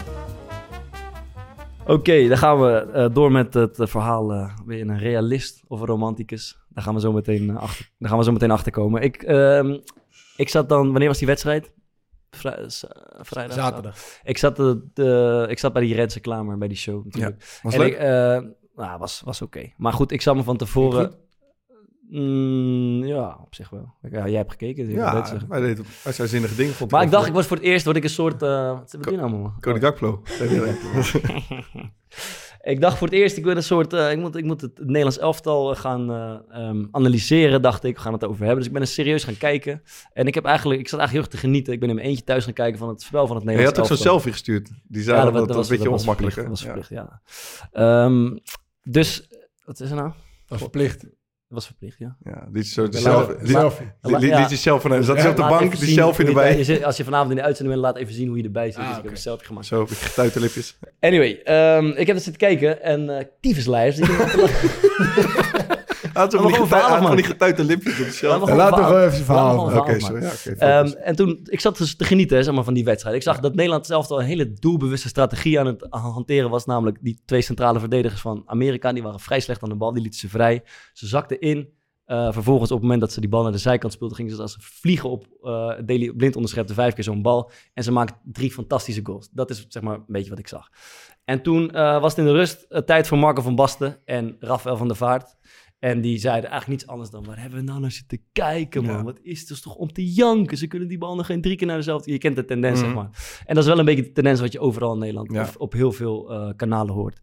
Oké, dan gaan we door met het verhaal. Weer een realist of een romanticus. Daar gaan we zo meteen achter komen. Ik zat dan... Wanneer was die wedstrijd? Vrijdag? Zaterdag. Ik zat bij die Renze Klamer, bij die show natuurlijk. Ja, was leuk? Was oké. Maar goed, ik zat me van tevoren... ja, op zich wel. Ja, jij hebt gekeken. Dus hij zei zinnige dingen. Maar ik dacht, ik was voor het eerst een soort... wat hebben we doen allemaal? Cody Gakpo. Ik dacht voor het eerst, ik wil een soort... ik moet het Nederlands elftal gaan analyseren, dacht ik. We gaan het over hebben. Dus ik ben er serieus gaan kijken. En ik zat eigenlijk heel erg te genieten. Ik ben in mijn eentje thuis gaan kijken van het spel van het Nederlands elftal. Je had ook zo'n selfie gestuurd. Die zei dat was een beetje ongemakkelijk. Dat was verplicht, ja. Dus, wat is er nou? Dat was verplicht. Dat was verplicht, ja. Ja, dit is zo selfie. Liet jezelf van zat hij op de bank, die selfie erbij. Als je vanavond in de uitzending bent, laat even zien hoe je erbij zit. Dus ik heb een selfie gemaakt. Zo, heb ik getuite lipjes. Anyway, ik heb er zitten kijken en tyfuslijst. Had van die getuite lipjes op de shelf. Laat toch even zijn verhaal. Oké, sorry. En toen, ik zat dus te genieten zeg maar, van die wedstrijd. Ik zag dat Nederland zelf al een hele doelbewuste strategie aan het hanteren was. Namelijk die 2 centrale verdedigers van Amerika. Die waren vrij slecht aan de bal. Die lieten ze vrij. Ze zakten in. Vervolgens op het moment dat ze die bal naar de zijkant speelden, gingen ze als vliegen op. Daley Blind onderschepte 5 keer zo'n bal. En ze maakten 3 fantastische goals. Dat is zeg maar een beetje wat ik zag. En toen was het in de rust tijd voor Marco van Basten en Rafael van der Vaart. En die zeiden eigenlijk niets anders dan... waar hebben we nou naar zitten kijken, man? Ja. Wat is het? Dat is toch om te janken? Ze kunnen die bal nog geen 3 keer naar dezelfde... Je kent de tendens, zeg maar. En dat is wel een beetje de tendens wat je overal in Nederland... Ja. of op heel veel kanalen hoort.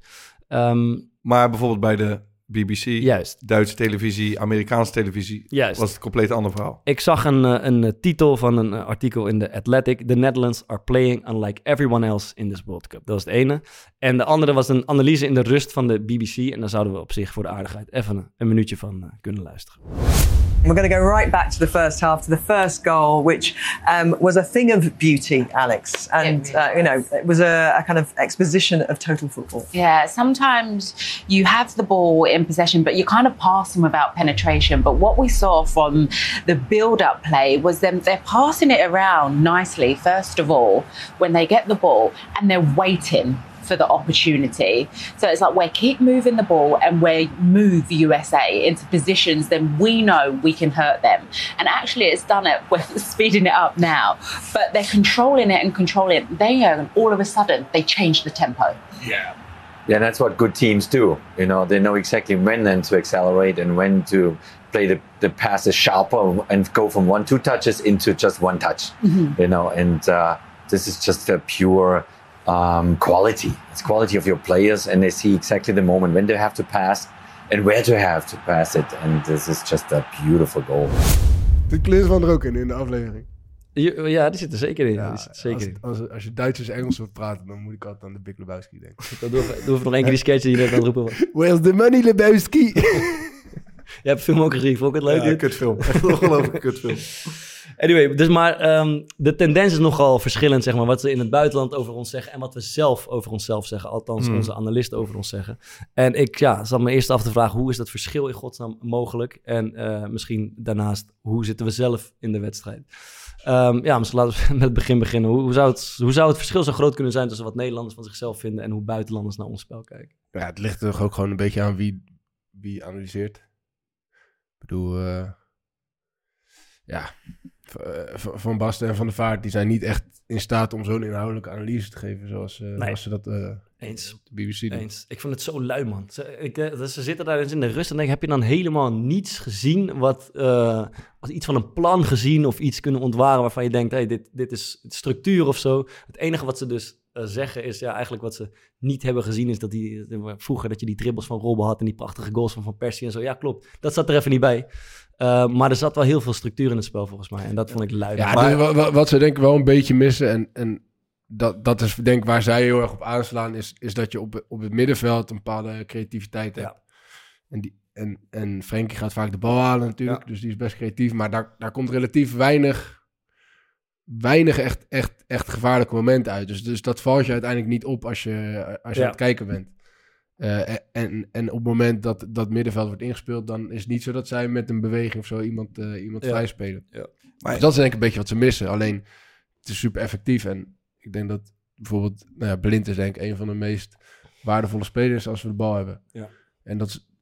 Maar bijvoorbeeld bij de BBC, Juist. Duitse televisie, Amerikaanse televisie... Juist. was het een compleet ander verhaal. Ik zag een titel van een artikel in The Athletic. The Netherlands are playing unlike everyone else in this World Cup. Dat was het ene. En de andere was een analyse in de rust van de BBC. En daar zouden we op zich voor de aardigheid even een minuutje van kunnen luisteren. We're going to go right back to the first half, to the first goal, which was a thing of beauty, Alex. And, it was a kind of exposition of total football. Yeah, sometimes you have the ball in possession, but you're kind of passing without penetration. But what we saw from the build-up play was they're passing it around nicely, first of all, when they get the ball, and they're waiting for the opportunity. So it's like we keep moving the ball and we move USA into positions, then we know we can hurt them. And actually it's done it, we're speeding it up now, but they're controlling it and controlling it. Then all of a sudden they change the tempo. Yeah, that's what good teams do. You know, they know exactly when then to accelerate and when to play the passes sharper and go from 1-2 touches into just one touch. You know, and this is just a pure quality. It's quality of your players, and they see exactly the moment when they have to pass and where to have to pass it. And this is just a beautiful goal. Dit Klinsmann er ook in de aflevering. Ja, die zit er zeker in. Ja, die zit er zeker in. Als je Duitsers Engels wilt praten, dan moet ik altijd aan de Big Lebowski denken. Dan doen we nog één keer die sketch die je net aan het roepen was. Where's the money, Lebowski? Je hebt de film ook gezien, vond ik het leuk? Ja, kutfilm. Echt een ongelooflijke kutfilm. Anyway, dus maar de tendens is nogal verschillend, zeg maar, wat ze in het buitenland over ons zeggen en wat we zelf over onszelf zeggen. Althans, onze analisten over ons zeggen. En ik zat me eerst af te vragen, hoe is dat verschil in godsnaam mogelijk? En misschien daarnaast, hoe zitten we zelf in de wedstrijd? Misschien laten we met het begin beginnen. Hoe zou het verschil zo groot kunnen zijn tussen wat Nederlanders van zichzelf vinden en hoe buitenlanders naar ons spel kijken? Ja, het ligt toch ook gewoon een beetje aan wie analyseert. Ik bedoel, Van Basten en Van der Vaart, die zijn niet echt in staat om zo'n inhoudelijke analyse te geven zoals ze dat Eens. op de BBC doen. Eens. Ik vond het zo lui, man. Ze zitten daar eens in de rust en denk, heb je dan helemaal niets gezien als iets van een plan gezien of iets kunnen ontwaren waarvan je denkt, hey, dit is structuur of zo. Het enige wat ze dus zeggen is, eigenlijk wat ze niet hebben gezien is dat vroeger dat je die dribbles van Robben had en die prachtige goals van Van Persie en zo. Ja, klopt. Dat zat er even niet bij. Maar er zat wel heel veel structuur in het spel volgens mij. En dat vond ik lui. Ja, maar wat ze denk ik wel een beetje missen en dat is denk ik waar zij heel erg op aanslaan, is dat je op het middenveld een bepaalde creativiteit hebt. En Frenkie gaat vaak de bal halen natuurlijk, dus die is best creatief. Maar daar komt relatief weinig echt gevaarlijke momenten uit. Dus dat valt je uiteindelijk niet op als je aan het kijken bent. En op het moment dat middenveld wordt ingespeeld, dan is het niet zo dat zij met een beweging of zo iemand vrij spelen. Ja. Dus dat is denk ik een beetje wat ze missen. Alleen, het is super effectief. En ik denk dat bijvoorbeeld, Blind is denk ik een van de meest waardevolle spelers als we de bal hebben. Ja. En dat is,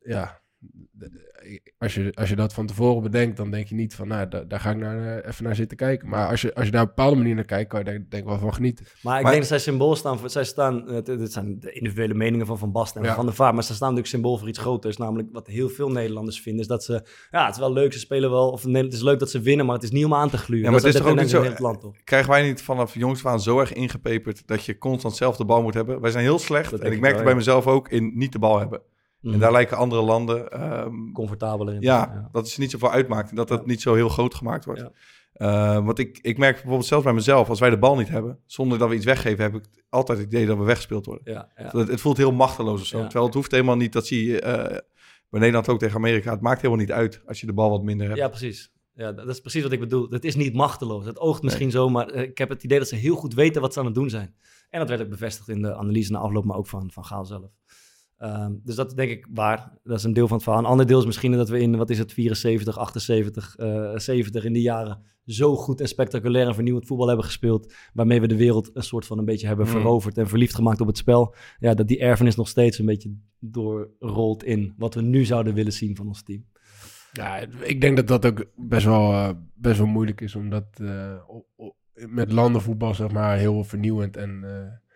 als je dat van tevoren bedenkt, dan denk je niet van, daar ga ik even naar zitten kijken. Maar als je daar op een bepaalde manier naar kijkt, kan je daar denk ik wel van genieten. Maar ik denk dat zij symbool staan voor, dit zijn de individuele meningen van Basten en Van der Vaart, maar ze staan natuurlijk symbool voor iets groters. Namelijk wat heel veel Nederlanders vinden, is dat ze, het is wel leuk, ze spelen wel, of het is leuk dat ze winnen, maar het is niet om aan te gluren. Ja, maar het is toch ook niet zo, in het land, toch? Krijgen wij niet vanaf jongs af aan zo erg ingepeperd dat je constant zelf de bal moet hebben? Wij zijn heel slecht, en ik merkte bij mezelf ook, in niet de bal hebben. En daar lijken andere landen comfortabeler in. Ja, dat het niet zoveel uitmaakt en dat het niet zo heel groot gemaakt wordt. Ja. Want ik merk bijvoorbeeld zelfs bij mezelf, als wij de bal niet hebben, zonder dat we iets weggeven, heb ik altijd het idee dat we weggespeeld worden. Ja. Het voelt heel machteloos of zo. Ja. Terwijl het hoeft helemaal niet, dat zie je bij Nederland ook tegen Amerika. Het maakt helemaal niet uit als je de bal wat minder hebt. Ja, precies. Ja, dat is precies wat ik bedoel. Het is niet machteloos. Het oogt misschien zo, maar ik heb het idee dat ze heel goed weten wat ze aan het doen zijn. En dat werd ook bevestigd in de analyse na afloop, maar ook van Gaal zelf. Dus dat is denk ik waar. Dat is een deel van het verhaal. Een ander deel is misschien dat we in, 74, 78, 70 in die jaren zo goed en spectaculair en vernieuwend voetbal hebben gespeeld, waarmee we de wereld een beetje hebben veroverd en verliefd gemaakt op het spel. Ja, dat die erfenis nog steeds een beetje doorrolt in wat we nu zouden willen zien van ons team. Ja, ik denk dat ook best wel moeilijk is, omdat met landenvoetbal zeg maar heel vernieuwend en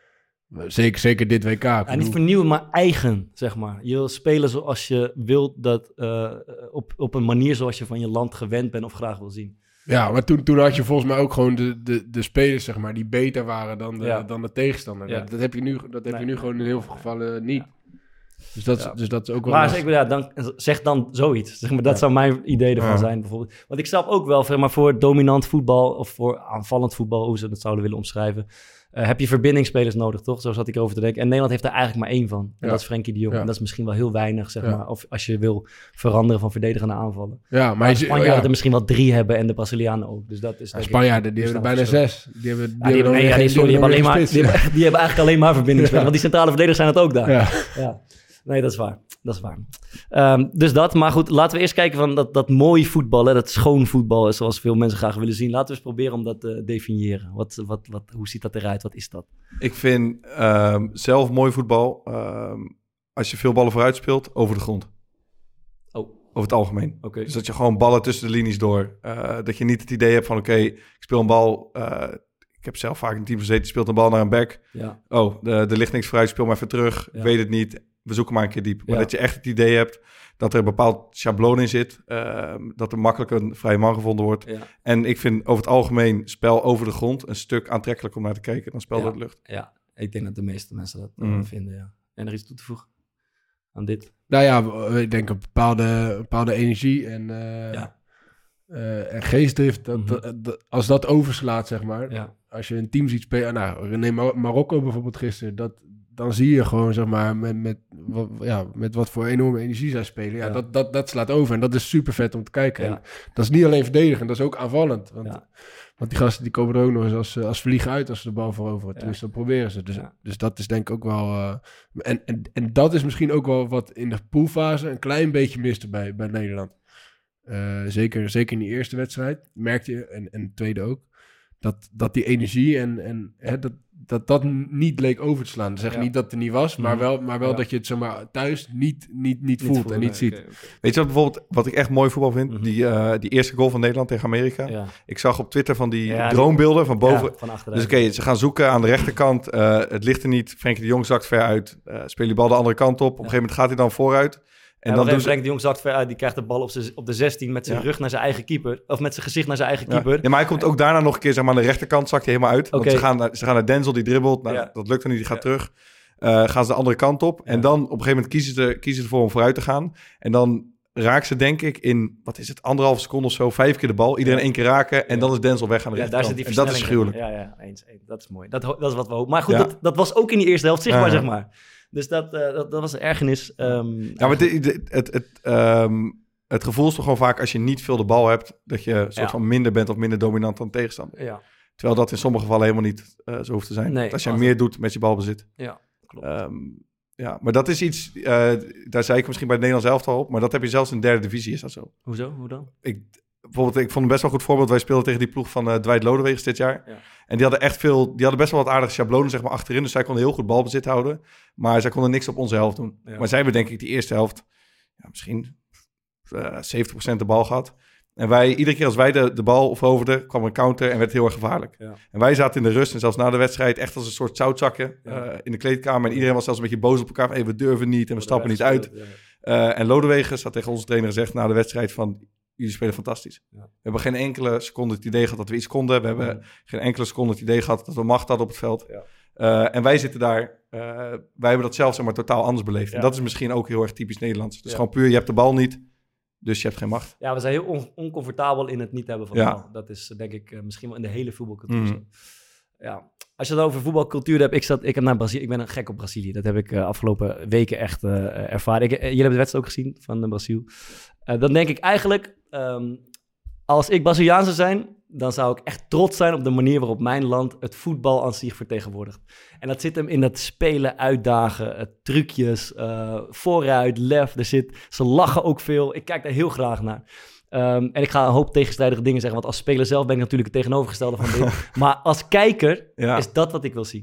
Zeker dit WK. Ja, niet vernieuwen, maar eigen, zeg maar. Je wil spelen zoals je wilt, dat op een manier zoals je van je land gewend bent of graag wil zien. Ja, maar toen had je volgens mij ook gewoon de spelers, zeg maar, die beter waren dan de tegenstander. Ja. Dat heb je nu gewoon in heel veel gevallen niet. Ja. Dus dat is ook wel... Maar zeg dan zoiets. Zeg maar, dat zou mijn idee ervan zijn, bijvoorbeeld. Want ik snap ook wel, zeg maar, voor dominant voetbal of voor aanvallend voetbal, hoe ze dat zouden willen omschrijven, heb je verbindingsspelers nodig, toch? Zo zat ik over te denken. En Nederland heeft daar eigenlijk maar 1 van. En dat is Frenkie de Jong. Ja. En dat is misschien wel heel weinig, zeg maar. Of als je wil veranderen van verdedigen naar aanvallen. Ja, maar Spanjaarden er misschien wel 3 hebben en de Brazilianen ook. Dus dat is Spanjaarden, die hebben er bijna 6. Die hebben eigenlijk alleen maar verbindingsspelers. Want die centrale verdedigers zijn het ook daar. Ja. Nee, dat is waar. Dus dat. Maar goed, laten we eerst kijken van dat mooi voetbal, hè, dat schoon voetbal, zoals veel mensen graag willen zien. Laten we eens proberen om dat te definiëren. Hoe ziet dat eruit? Wat is dat? Ik vind zelf mooi voetbal, als je veel ballen vooruit speelt, over de grond. Oh. Over het algemeen. Okay. Dus dat je gewoon ballen tussen de linies door. Dat je niet het idee hebt van, oké, ik speel een bal... ik heb zelf vaak een team gezeten, die speelt een bal naar een back. Ja. Oh, er ligt niks vooruit, speel maar even terug. Ja. Ik weet het niet. We zoeken maar een keer diep. Maar dat je echt het idee hebt dat er een bepaald schabloon in zit. Dat er makkelijk een vrije man gevonden wordt. Ja. En ik vind over het algemeen spel over de grond een stuk aantrekkelijker om naar te kijken dan spel door de lucht. Ja, ik denk dat de meeste mensen dat vinden, ja. En er iets toe te voegen aan dit? Nou ja, ik denk een bepaalde energie en geestdrift. Als dat overslaat, zeg maar. Ja. Als je een team ziet spelen... Nou, neem Marokko bijvoorbeeld gisteren. Dan zie je gewoon, zeg maar, met wat voor enorme energie zij spelen. Ja, dat slaat over. En dat is super vet om te kijken. Ja. En dat is niet alleen verdedigend, dat is ook aanvallend. Want die gasten die komen er ook nog eens als vliegen uit als ze de bal veroveren. Ja. Dus dat proberen ze. Dus dat is denk ik ook wel... En dat is misschien ook wel wat in de poolfase een klein beetje miste bij Nederland. Zeker in die eerste wedstrijd merkte je, en de tweede ook, dat die energie en dat niet leek over te slaan. Dat zeg niet dat het er niet was, maar wel dat je het zomaar thuis niet voelt en niet ziet. Okay. Weet je wat ik echt mooi voetbal vind? Die eerste goal van Nederland tegen Amerika. Ja. Ik zag op Twitter van die droombeelden van boven. Van achteruit. Dus ze gaan zoeken aan de rechterkant. Het ligt er niet. Frenkie de Jong zakt ver uit. Speel die bal de andere kant op. Op een gegeven moment gaat hij dan vooruit. En dan Frenkie de Jong zakt ver uit, die krijgt de bal op de 16 met zijn rug naar zijn eigen keeper. Of met zijn gezicht naar zijn eigen keeper. Ja, maar hij komt ook daarna nog een keer, zeg maar, aan de rechterkant zakt hij helemaal uit. Okay. Want ze gaan naar Denzel, die dribbelt. Dat lukt er niet, die gaat terug. Gaan ze de andere kant op. En dan op een gegeven moment kiezen ze ervoor om vooruit te gaan. En dan raakt ze denk ik in, 1,5 seconde of zo, 5 keer de bal. Iedereen 1 keer raken en dan is Denzel weg aan de rechterkant. Daar zit die en dat is gruwelijk. Ja, eens. Dat is mooi. Dat is wat we hopen. Maar goed, dat was ook in die eerste helft zichtbaar, zeg maar. Dus dat was een ergernis. Maar het gevoel is toch gewoon vaak als je niet veel de bal hebt, dat je soort van minder bent of minder dominant dan tegenstander. Ja. Terwijl dat in sommige gevallen helemaal niet zo hoeft te zijn. Nee, als je meer doet met je balbezit. Ja, klopt. Maar dat is iets, daar zei ik misschien bij het Nederlands elftal op, maar dat heb je zelfs in de 3e divisie, is dat zo. Hoezo? Hoe dan? Bijvoorbeeld, ik vond een best wel goed voorbeeld. Wij speelden tegen die ploeg van Dwight Lodewegens dit jaar. Ja. En die hadden best wel wat aardige schablonen, zeg maar, achterin. Dus zij konden heel goed balbezit houden. Maar zij konden niks op onze helft doen. Ja. Maar zij hebben denk ik die eerste helft misschien 70% de bal gehad. En iedere keer als wij de bal veroverden, kwam een counter en werd heel erg gevaarlijk. Ja. En wij zaten in de rust en zelfs na de wedstrijd echt als een soort zoutzakje in de kleedkamer. En iedereen was zelfs een beetje boos op elkaar van, we durven niet en we stappen niet uit. Ja. En Lodewegens had tegen onze trainer gezegd na de wedstrijd van, jullie spelen fantastisch. Ja. We hebben geen enkele seconde het idee gehad dat we iets konden. We hebben geen enkele seconde het idee gehad dat we macht hadden op het veld. Ja. En wij zitten daar. Wij hebben dat zelf, zeg maar, totaal anders beleefd. Ja. En dat is misschien ook heel erg typisch Nederlands. Dus gewoon puur, je hebt de bal niet, dus je hebt geen macht. Ja, we zijn heel oncomfortabel in het niet hebben van de bal. Dat is denk ik misschien wel in de hele voetbalcultuur. Ja. Als je het over voetbalcultuur hebt, ik heb naar Brazilië. Ik ben een gek op Brazilië. Dat heb ik afgelopen weken echt ervaren. Jullie hebben de wedstrijd ook gezien van Brazil. Dan denk ik eigenlijk, als ik Braziliaan zou zijn, dan zou ik echt trots zijn op de manier waarop mijn land het voetbal aan zich vertegenwoordigt. En dat zit hem in dat spelen, uitdagen, trucjes, vooruit, lef. Ze lachen ook veel. Ik kijk daar heel graag naar. En ik ga een hoop tegenstrijdige dingen zeggen, want als speler zelf ben ik natuurlijk het tegenovergestelde van dit. Maar als kijker is dat wat ik wil zien.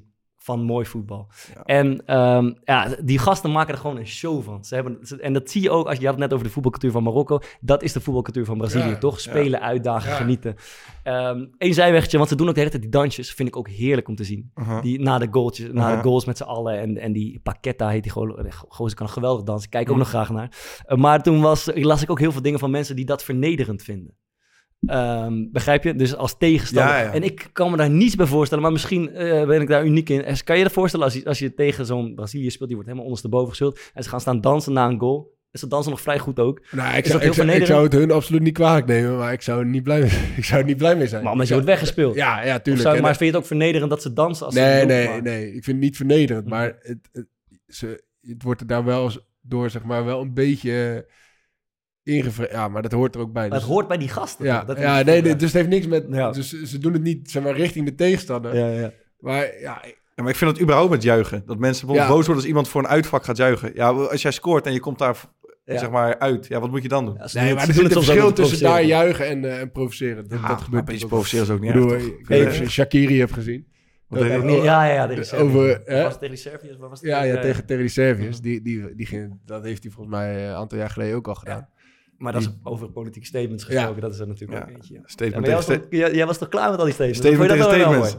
van mooi voetbal. Ja. En die gasten maken er gewoon een show van. En dat zie je ook, als je had het net over de voetbalcultuur van Marokko. Dat is de voetbalcultuur van Brazilië, toch? Spelen, uitdagen, genieten. Eén zijweggetje, want ze doen ook de hele tijd die dansjes. Vind ik ook heerlijk om te zien. Die na de goals met z'n allen. En die Paqueta heet die gozer, kan geweldig dansen. Ik kijk ook nog graag naar. Maar toen las ik ook heel veel dingen van mensen die dat vernederend vinden. Begrijp je? Dus als tegenstander. En ik kan me daar niets bij voorstellen, maar misschien ben ik daar uniek in. Kan je je voorstellen als je tegen zo'n Brazilië speelt, die wordt helemaal ondersteboven gespeeld en ze gaan staan dansen na een goal? Is dat dansen nog vrij goed ook? Nou, ik zou het hun absoluut niet kwalijk nemen, maar ik zou er niet blij mee zijn. Maar omdat je wordt weggespeeld. Ja, tuurlijk. Maar vind je het ook vernederend dat ze dansen? Als Nee. Ik vind het niet vernederend, maar het wordt er daar wel door, zeg maar, wel een beetje... Ja, maar dat hoort er ook bij. Maar het hoort bij die gasten. Ja, toch? Dus het heeft niks met... Ja. Dus ze doen het niet, zeg maar, richting de tegenstander. Ja. Maar ik vind het überhaupt met juichen. Dat mensen boos worden als iemand voor een uitvak gaat juichen. Ja, als jij scoort en je komt daar zeg maar uit. Ja, wat moet je dan doen? Ja, maar er zit een verschil tussen daar juichen en provoceren. Dat gebeurt. Een beetje provoceren is ook niet erg. Ik weet niet of je Shaqiri hebt gezien. Tegen Serviërs. Tegen die Serviërs. Dat heeft hij volgens mij een aantal jaar geleden ook al gedaan. Maar dat is over politieke statements gesproken. Dat is er natuurlijk ook eentje. Jij was toch klaar met al die statements? Statement tegen statements.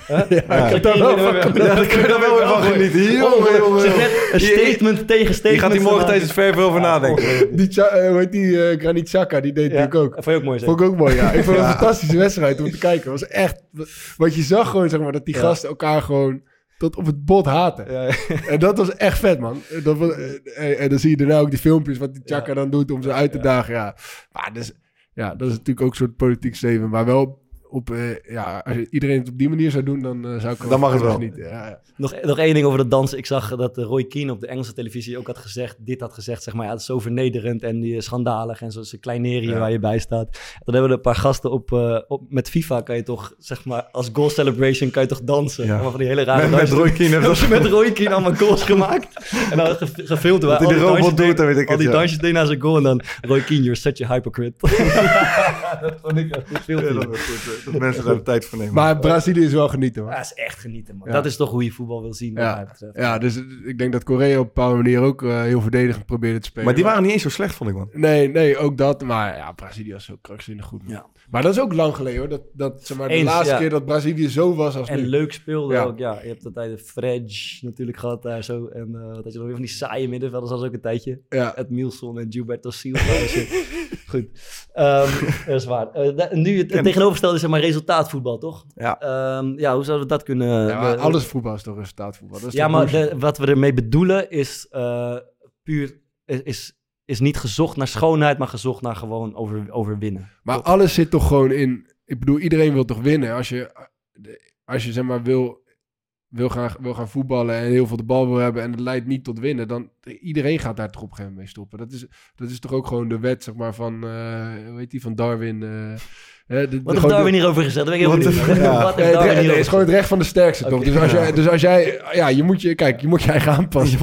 Daar kun je dan wel weer van genieten. Een statement tegen statements. Die gaat hij morgen tijdens het ver over nadenken. Hoe heet die Granit Xhaka? Die deed natuurlijk ook. Vond je ook mooi, zeg. Vond ik ook mooi, ja. Ik vond het een fantastische wedstrijd om te kijken. Het was echt... Want je zag gewoon, zeg maar, dat die gasten elkaar gewoon... tot op het bot haten. Ja. En dat was echt vet, man. En dan zie je daarna ook die filmpjes... wat die Xhaka dan doet om ze uit te dagen. Ja. Maar dat is natuurlijk ook een soort politiek statement. Maar wel als iedereen het op die manier zou doen... dan zou ik dan mag het wel niet. Nog één ding over dat dansen. Ik zag dat Roy Keane op de Engelse televisie ook had gezegd, zeg maar, het is zo vernederend en die schandalig en zo'n kleinerië waar je bij staat. Dan hebben we een paar gasten op met FIFA kan je toch, zeg maar, als goal celebration kan je toch dansen. Ja. Van die hele rare met Roy Keane hebben ze met Roy Keane allemaal goals gemaakt. En dan gefilmd waar al die dansjes deden na zijn goal en dan Roy Keane, you're such a hypocrite. Dat vond ik echt goed filmpje. Dat mensen daar de tijd voor nemen. Maar Brazilië is wel genieten, hoor. Ja, dat is echt genieten, man. Ja. Dat is toch hoe je voetbal wil zien. Ja, dus ik denk dat Korea op een bepaalde manier ook heel verdedigend probeerde te spelen. Maar die waren niet eens zo slecht, vond ik, man. Nee, ook dat. Maar ja, Brazilië was zo krankzinnig goed, man. Ja. Maar dat is ook lang geleden, hoor. Dat zeg maar, de laatste keer dat Brazilië zo was als en nu. Leuk speelde ook, ja. Je hebt de tijd Fred natuurlijk gehad daar zo. En dat je nog weer van die saaie middenvelders als ook een tijdje. Ja. Edmilson en Gilberto Silva. Goed. Dat is waar. Nu het tegenovergestelde is, zeg maar, resultaatvoetbal, toch? Ja. Hoe zouden we dat kunnen... alles voetbal is toch resultaatvoetbal? Dat is maar wat we ermee bedoelen is puur... Is niet gezocht naar schoonheid, maar gezocht naar gewoon overwinnen. Maar alles zit toch gewoon in... Ik bedoel, iedereen wil toch winnen? Als je zeg maar wil gaan voetballen en heel veel de bal wil hebben en het leidt niet tot winnen, dan iedereen gaat daar toch op een gegeven moment mee stoppen. Dat is toch ook gewoon de wet, zeg maar, van hoe heet die, van Darwin. Wat heeft Darwin hierover gezegd? Dat weet ik helemaal niet. Het is gewoon het recht van de sterkste, toch? Dus als jij... Ja, je moet je eigen aanpassen.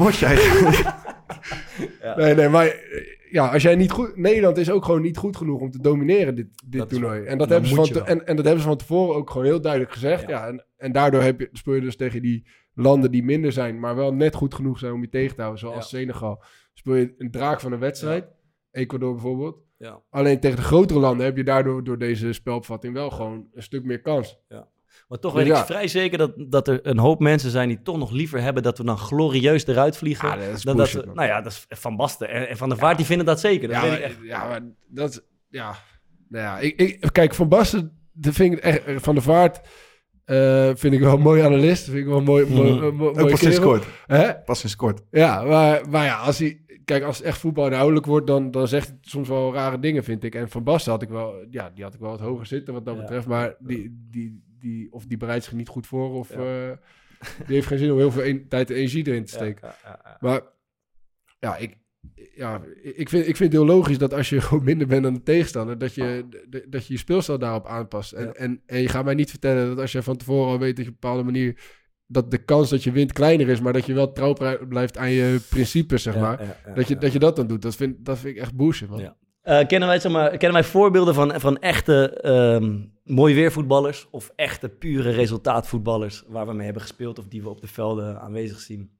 Nee, maar... Ja, als jij niet goed... Nederland is ook gewoon niet goed genoeg om te domineren dit toernooi. En dat hebben ze van tevoren ook gewoon heel duidelijk gezegd. Ja, en daardoor speel je dus tegen die landen die minder zijn, maar wel net goed genoeg zijn om je tegen te houden. Zoals Senegal. Speel je een draak van een wedstrijd. Ecuador bijvoorbeeld. Ja. Alleen tegen de grotere landen heb je daardoor door deze spelopvatting wel gewoon een stuk meer kans. Ja. Maar toch weet ik vrij zeker dat er een hoop mensen zijn die toch nog liever hebben dat we dan glorieus eruit vliegen. Ja, dat is dan bullshit, dat we, dat is Van Basten en Van der Vaart, die vinden dat zeker. Dat weet ik echt. Maar dat... Ja. Nou ja, kijk, Van Basten, dat vind ik echt... Van der Vaart vind ik wel een mooie analist. Vind ik wel een mooi pas sinds kort. Pas sinds kort. Ja, maar ja, als het echt voetbal inhoudelijk wordt, dan zegt het soms wel rare dingen, vind ik. En Van Basten had ik wel... Ja, die had ik wel wat hoger zitten wat dat betreft. Maar die bereidt zich niet goed voor of die heeft geen zin om heel veel tijd en energie erin te steken. Maar ja, ik vind het heel logisch dat als je gewoon minder bent dan de tegenstander, dat je speelstijl daarop aanpast. En je gaat mij niet vertellen dat als je van tevoren al weet dat je op een bepaalde manier dat de kans dat je wint kleiner is, maar dat je wel trouw blijft aan je principes, zeg maar. Dat je dat dan doet. Dat vind ik echt bullshit, man. Ja. Kennen wij voorbeelden van echte mooi weervoetballers of echte pure resultaatvoetballers waar we mee hebben gespeeld of die we op de velden aanwezig zien?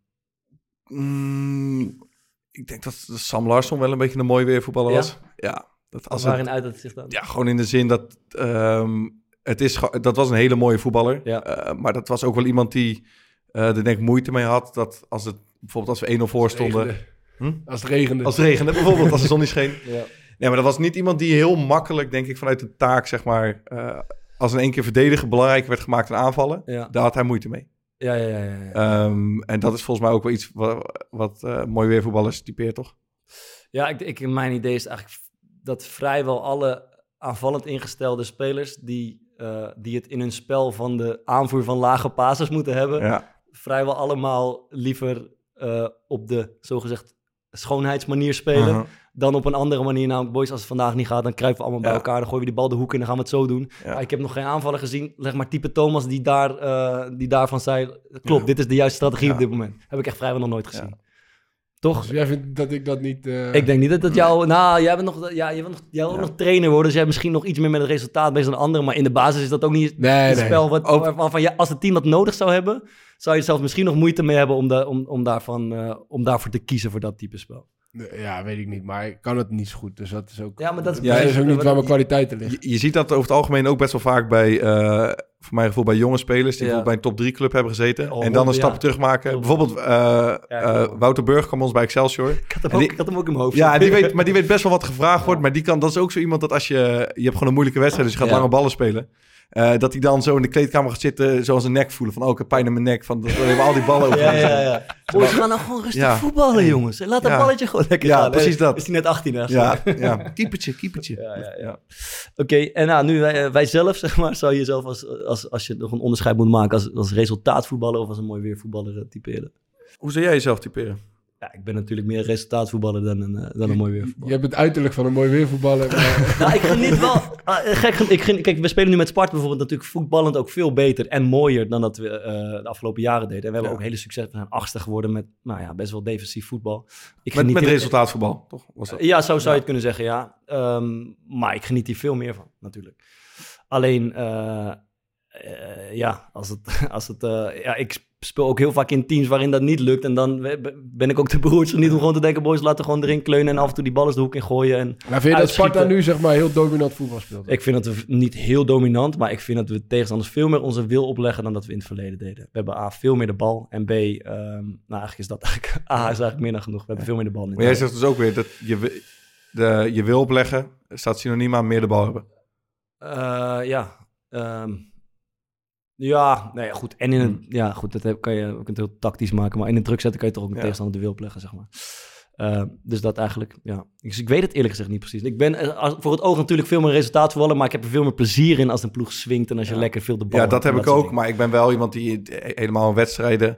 Ik denk dat Sam Larsson wel een beetje een mooi weervoetballer was. Ja. Waarin uit het zich dan? Ja, gewoon in de zin dat dat was een hele mooie voetballer. Ja. Maar dat was ook wel iemand die er denk ik moeite mee had. Dat bijvoorbeeld als we 1-0 voor stonden. Als het regende. Als het regende, bijvoorbeeld, als de zon niet scheen. Ja. Nee, maar dat was niet iemand die heel makkelijk, denk ik, vanuit de taak, zeg maar, als in één keer verdedigen belangrijker werd gemaakt dan aanvallen. Ja. Daar had hij moeite mee. Ja. En dat is volgens mij ook wel iets wat mooi weervoetballers typeert, toch? Ja, mijn idee is eigenlijk dat vrijwel alle aanvallend ingestelde spelers die het in hun spel van de aanvoer van lage passes moeten hebben, vrijwel allemaal liever op de zogezegd schoonheidsmanier spelen dan op een andere manier. Namelijk, boys, als het vandaag niet gaat, dan kruipen we allemaal bij elkaar, dan gooien we die bal de hoek in en dan gaan we het zo doen. Ja. Ik heb nog geen aanvaller gezien, zeg maar type Thomas, die daarvan zei, klopt, dit is de juiste strategie op dit moment. Heb ik echt vrijwel nog nooit gezien. Ja. Toch? Dus jij vindt dat ik dat niet... Ik denk niet dat jou... Nou, jij wil nog trainer worden, dus jij hebt misschien nog iets meer met het resultaat bezig dan anderen, maar in de basis is dat ook niet het spel waarvan als het team dat nodig zou hebben, zou je zelfs misschien nog moeite mee hebben om daarvoor te kiezen voor dat type spel. Ja, weet ik niet, maar ik kan het niet zo goed, dus dat is ook... Ja, maar dat is ook niet waar mijn kwaliteiten liggen. Je ziet dat over het algemeen ook best wel vaak bij, voor mijn gevoel, bij jonge spelers die bijvoorbeeld bij een top 3 club hebben gezeten en dan een stap terug maken. Bijvoorbeeld Wouter Burg kwam ons bij Excelsior. Ik had hem ook in mijn hoofd. Ja, die weet best wel wat gevraagd wordt, maar dat is ook zo iemand dat als je hebt gewoon een moeilijke wedstrijd, dus je gaat lange ballen spelen. Dat hij dan zo in de kleedkamer gaat zitten, zoals een nek voelen. Van, ik heb pijn in mijn nek. Van, dat we al die ballen over. Ja. Boys, gaan nou gewoon rustig voetballen, jongens. Laat dat balletje gewoon lekker gaan. Ja, precies dat. Is hij net 18, hè? Ja. Keepertje. Ja. Oké, en nou, nu wij zelf, zeg maar, zou je jezelf als je nog een onderscheid moet maken als resultaatvoetballer of als een mooi weervoetballer typeren? Hoe zou jij jezelf typeren? Ja, ik ben natuurlijk meer resultaatvoetballer dan een mooi weervoetballer. Je hebt het uiterlijk van een mooi weervoetballer. Nou, ik geniet wel... Kijk, we spelen nu met Sparta bijvoorbeeld natuurlijk voetballend ook veel beter en mooier dan dat we de afgelopen jaren deden. En we hebben ook hele succes. We zijn 8e geworden met best wel defensief voetbal. Met resultaatvoetbal, toch? Was dat? Ja, zo zou je het kunnen zeggen, ja. Maar ik geniet hier veel meer van, natuurlijk. Alleen... ik speel ook heel vaak in teams waarin dat niet lukt. En dan ben ik ook de broertje niet om gewoon te denken, boys, laten we gewoon erin kleunen en af en toe die ballen de hoek in gooien. En maar vind je dat Sparta nu, zeg maar, heel dominant voetbal speelt? Ik vind dat we niet heel dominant, maar ik vind dat we tegenstanders veel meer onze wil opleggen dan dat we in het verleden deden. We hebben A, veel meer de bal. En B, eigenlijk is dat eigenlijk... A is eigenlijk meer dan genoeg. We hebben veel meer de bal. Maar jij zegt dus ook weer dat je wil opleggen, staat synoniem aan meer de bal hebben. Goed. En in dat kan je het heel tactisch maken. Maar in een druk zetten kan je toch ook een tegenstander de wil opleggen, zeg maar. Dus dat eigenlijk, Dus ik weet het eerlijk gezegd niet precies. Ik ben voor het oog natuurlijk veel meer resultaatvoetballer, maar ik heb er veel meer plezier in als een ploeg swingt en als je lekker veel de bal hebt. Ja, dat heb ik ook. Maar ik ben wel iemand die helemaal in wedstrijden,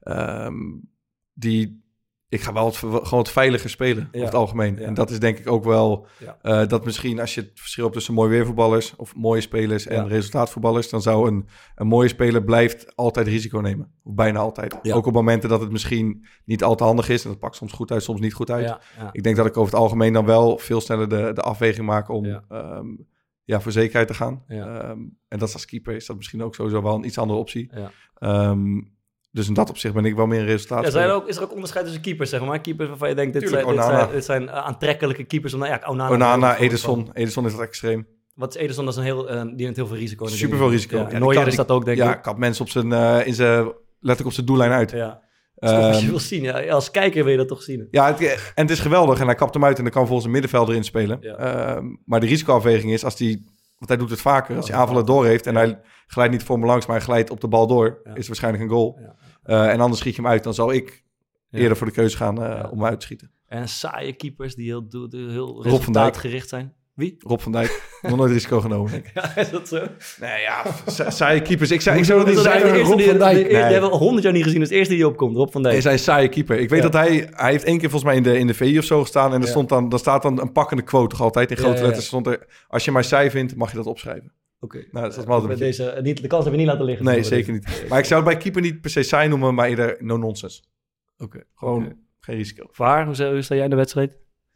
ik ga wel gewoon het veiliger spelen, over het algemeen. Ja. En dat is denk ik ook wel... dat misschien als je het verschil hebt tussen mooie weervoetballers... of mooie spelers en resultaatvoetballers... dan zou een mooie speler blijft altijd risico nemen. Of bijna altijd. Ja. Ook op momenten dat het misschien niet al te handig is... en dat pakt soms goed uit, soms niet goed uit. Ja. Ik denk dat ik over het algemeen dan wel veel sneller de afweging maak... om voor zekerheid te gaan. Ja. En dat is als keeper is dat misschien ook sowieso wel een iets andere optie. Ja. Dus in dat opzicht ben ik wel meer een resultaat. Ja, is er ook onderscheid tussen keepers, zeg maar? Keepers waarvan je denkt, dit zijn aantrekkelijke keepers. Onana, Ederson. Ederson is dat extreem. Wat is Ederson? Dat is die heeft heel veel risico. Super veel risico. Ja, Neuer is dat ook, denk ik. Ja, kapt mensen letterlijk op zijn doellijn uit. Ja. Dat is toch wat je wil zien. Ja. Als kijker wil je dat toch zien. Ja, en het is geweldig. En hij kapt hem uit en dan kan volgens een middenvelder in spelen. Ja. Maar de risicoafweging is, want hij doet het vaker. Als hij aanvallen door heeft en hij glijdt niet voor me langs, maar hij glijdt op de bal door, is het waarschijnlijk een goal. Ja. En anders schiet je hem uit, dan zal ik eerder voor de keuze gaan om hem uit te schieten. En saaie keepers die heel resultaatgericht zijn. Wie? Rob van Dijk. Nog nooit risico genomen, denk ik. Ja, is dat zo? Nee, saaie keepers. Ik zou dat niet zeggen. Rob van Dijk. Die hebben we 100 jaar niet gezien. Dat is de eerste die opkomt. Rob van Dijk. Hij is een saaie keeper. Ik weet dat hij heeft 1 keer volgens mij in de VI of zo gestaan. En er staat dan een pakkende quote toch altijd. In grote letters stond er, als je maar saai vindt, mag je dat opschrijven. Oké. Nou, dat is de kans hebben we niet laten liggen. Nee, zeker niet. Maar ik zou het bij keeper niet per se saai noemen, maar eerder no-nonsense. Oké. Gewoon geen risico. Waar? Hoe sta jij in de wedstrijd?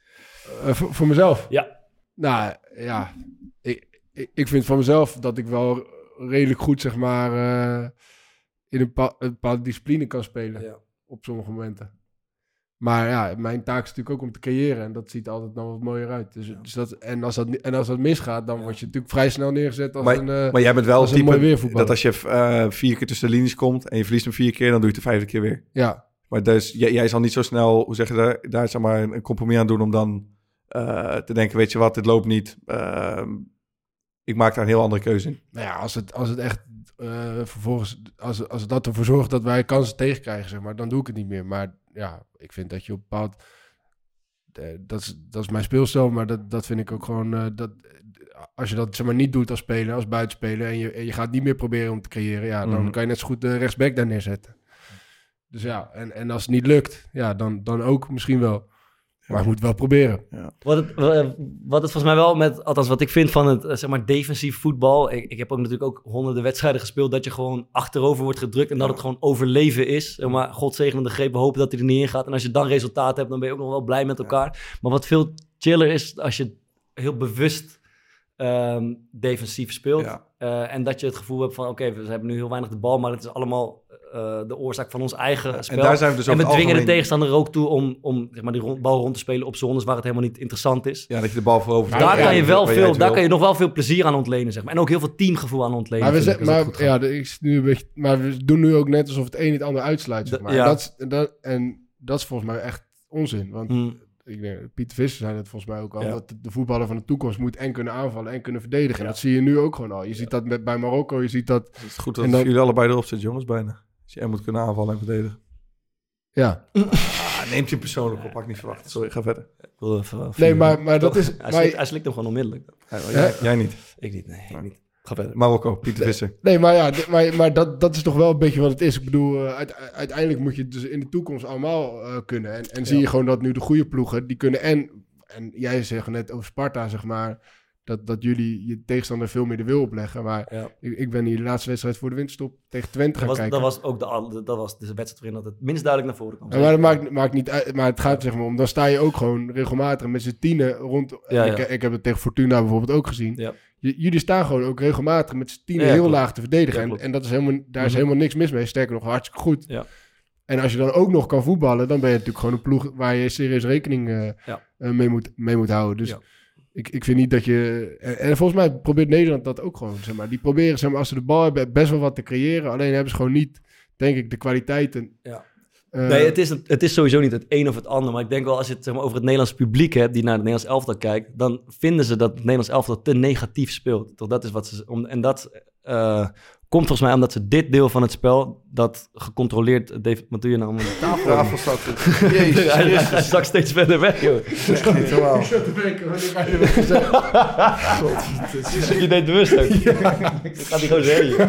Voor mezelf? Ja. Nou, ja. Ik vind van mezelf dat ik wel redelijk goed, zeg maar, in een bepaalde discipline kan spelen. Ja. Op sommige momenten. Maar ja, mijn taak is natuurlijk ook om te creëren. En dat ziet er altijd nog wat mooier uit. Dus als dat misgaat, dan word je natuurlijk vrij snel neergezet als maar jij bent wel als een mooi weervoetballer. dat als je 4 keer tussen de linies komt en je verliest hem 4 keer, dan doe je het de 5e keer weer. Ja. Maar dus, jij zal niet zo snel, hoe zeg je daar zeg maar een compromis aan doen om dan te denken, weet je wat, dit loopt niet. Ik maak daar een heel andere keuze in. Nou ja, als het echt vervolgens, als het dat ervoor zorgt dat wij kansen tegenkrijgen, zeg maar, dan doe ik het niet meer. Maar ja, ik vind dat je op bepaald... dat is mijn speelstijl, maar dat vind ik ook gewoon... als je dat zeg maar niet doet als speler, als buitenspeler, en je gaat niet meer proberen om te creëren, ja, dan kan je net zo goed de rechtsback daar neerzetten. Dus ja, en als het niet lukt, ja, dan ook misschien wel. Maar je moet het wel proberen. Ja. Wat het volgens mij wel met, althans wat ik vind van het zeg maar defensief voetbal. Ik heb ook natuurlijk ook honderden wedstrijden gespeeld dat je gewoon achterover wordt gedrukt en dat het gewoon overleven is. Maar God zegene de greep, we hopen dat hij er niet in gaat. En als je dan resultaat hebt, dan ben je ook nog wel blij met elkaar. Maar wat veel chiller is als je heel bewust defensief speelt. Ja. En dat je het gevoel hebt van oké, we hebben nu heel weinig de bal, maar het is allemaal de oorzaak van ons eigen spel. En daar zijn we dus en we dwingen algemeen... de tegenstander er ook toe om zeg maar, die bal rond te spelen op zones waar het helemaal niet interessant is. Ja, dat je de bal voorover... Daar kan je nog wel veel plezier aan ontlenen, zeg maar. En ook heel veel teamgevoel aan ontlenen. Maar we doen nu ook net alsof het een niet ander uitsluit, zeg maar. Ja. Dat is volgens mij echt onzin, want... Pieter Visser zei het volgens mij ook al, dat de voetballer van de toekomst moet en kunnen aanvallen en kunnen verdedigen. En dat zie je nu ook gewoon al. Je ziet dat bij Marokko, je ziet dat... Het is goed dat jullie allebei erop zitten, jongens, bijna. Als je moet kunnen aanvallen en verdedigen. Ja. Neemt je persoonlijk op, had ik niet verwacht. Sorry, ga verder. Nee, maar dat is... Hij slikt hem gewoon onmiddellijk. Jij niet? Ik niet, nee. Ik niet. Ga verder. Marokko, Pieter Visser. Nee, maar ja, maar dat is toch wel een beetje wat het is. Ik bedoel, uiteindelijk moet je het dus in de toekomst allemaal kunnen. En zie je gewoon dat nu de goede ploegen, die kunnen en jij zegt net over Sparta, zeg maar, dat jullie je tegenstander veel meer de wil opleggen. Maar ik ben hier de laatste wedstrijd voor de winterstop tegen Twente gaan kijken. Dat was ook de wedstrijd waarin dat het minst duidelijk naar voren kwam. Ja, maar dat maakt niet uit. Maar het gaat zeg maar om, dan sta je ook gewoon regelmatig met z'n tienen rond. Ik heb het tegen Fortuna bijvoorbeeld ook gezien. Ja. Jullie staan gewoon ook regelmatig met z'n tienen heel laag te verdedigen. En dat is daar is helemaal niks mis mee. Sterker nog, hartstikke goed. Ja. En als je dan ook nog kan voetballen, dan ben je natuurlijk gewoon een ploeg waar je serieus rekening mee moet houden. Dus ik vind niet dat je... En volgens mij probeert Nederland dat ook gewoon, zeg maar. Die proberen, zeg maar, als ze de bal hebben, best wel wat te creëren. Alleen hebben ze gewoon niet, denk ik, de kwaliteiten... Ja. Nee, het is sowieso niet het een of het ander. Maar ik denk wel, als je het zeg maar, over het Nederlands publiek hebt... die naar het Nederlands elftal kijkt... dan vinden ze dat het Nederlands elftal te negatief speelt. Toch, dat is wat ze... En dat komt volgens mij omdat ze dit deel van het spel... dat gecontroleerd... wat doe je nou allemaal? De tafel staat... Jezus. Hij zakt steeds verder weg, joh. Dat is echt niet normaal. Je deed bewust ook. Ik ga die gewoon zeggen.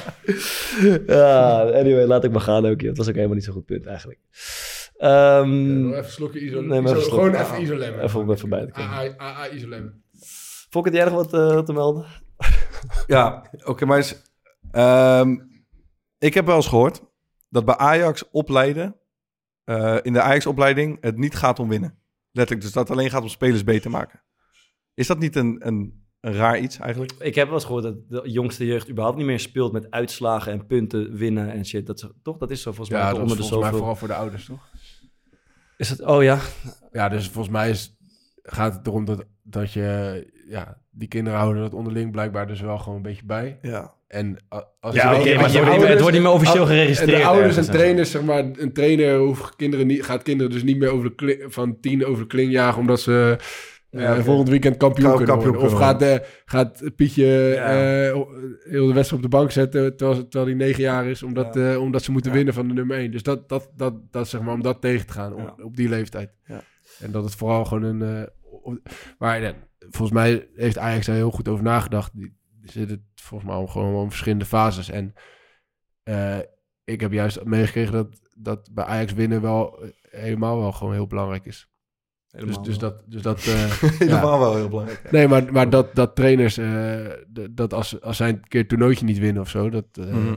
Anyway, laat ik maar gaan ook. Het was ook helemaal niet zo'n goed punt eigenlijk. Even een slokje isolem. Gewoon even isolem. Even bij te komen. AA isolem. Vond jij nog wat te melden? Ja, oké, maar eens, ik heb wel eens gehoord dat bij Ajax opleiden, in de Ajax-opleiding, het niet gaat om winnen. Letterlijk, dus dat het alleen gaat om spelers beter maken. Is dat niet een raar iets eigenlijk? Ik heb wel eens gehoord dat de jongste jeugd überhaupt niet meer speelt met uitslagen en punten winnen en shit. Dat is zo volgens mij. Ja, dat is volgens mij vooral voor de ouders, toch? Is het? Oh ja. Ja, dus volgens mij gaat het erom dat je... Ja, die kinderen houden dat onderling blijkbaar dus wel gewoon een beetje bij. Ja. En als maar het wordt niet meer officieel geregistreerd. En de ouders en trainers, zeg maar, een trainer gaat kinderen dus niet meer van 10 over de kling jagen, omdat ze volgend weekend kampioen kunnen worden. Of gaat Pietje heel de wedstrijd op de bank zetten, terwijl hij 9 jaar is, omdat ze moeten winnen van de nummer 1. Dus dat zeg maar, om dat tegen te gaan op die leeftijd. Ja. En dat het vooral gewoon maar volgens mij heeft Ajax daar heel goed over nagedacht. Die zitten volgens mij gewoon om verschillende fases. En ik heb juist meegekregen dat bij Ajax winnen wel helemaal wel gewoon heel belangrijk is. Dus dat helemaal wel heel belangrijk. Nee, maar dat trainers dat als zij een keer een toernooitje niet winnen of zo,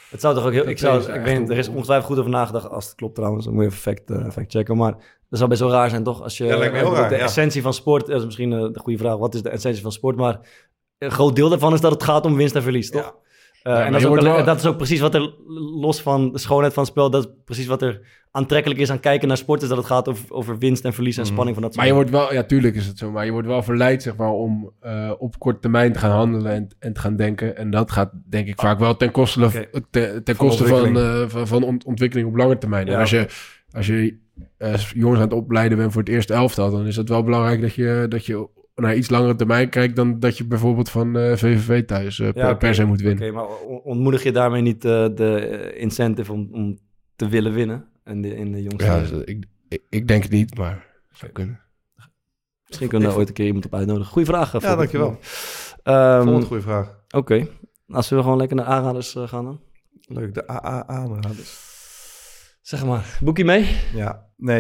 Het zou toch ook heel... Ik weet niet, er is ongetwijfeld goed over nagedacht. Als het klopt trouwens, dan moet je even fact checken. Maar dat zou best wel raar zijn, toch? Als je lijkt me heel raar, de essentie van sport... Dat is misschien de goede vraag. Wat is de essentie van sport? Maar een groot deel daarvan is dat het gaat om winst en verlies, toch? En dat is ook precies wat er, los van de schoonheid van het spel... Dat is precies wat er aantrekkelijk is aan kijken naar sport... is dat het gaat over winst en verlies en spanning van dat soort. Maar je wordt wel... Ja, tuurlijk is het zo. Maar je wordt wel verleid, zeg maar... om op korte termijn te gaan handelen en te gaan denken. En dat gaat, denk ik, vaak wel ten koste van ontwikkeling op lange termijn. Ja, en als je jongens aan het opleiden bent voor het eerste elftal... dan is het wel belangrijk dat je naar iets langere termijn kijkt... dan dat je bijvoorbeeld van VVV thuis per se moet winnen. Oké, maar ontmoedig je daarmee niet de incentive om te willen winnen in de jongste? Ja, ik denk het niet, maar het zou kunnen. Misschien kunnen we ooit een keer iemand op uitnodigen. Goeie vraag. Ja, dankjewel. Volgende goede vraag. Oké. Als we gewoon lekker naar aanraders gaan dan. Leuk, de AA-aanraders. Zeg maar, boek je mee? Ja, nee,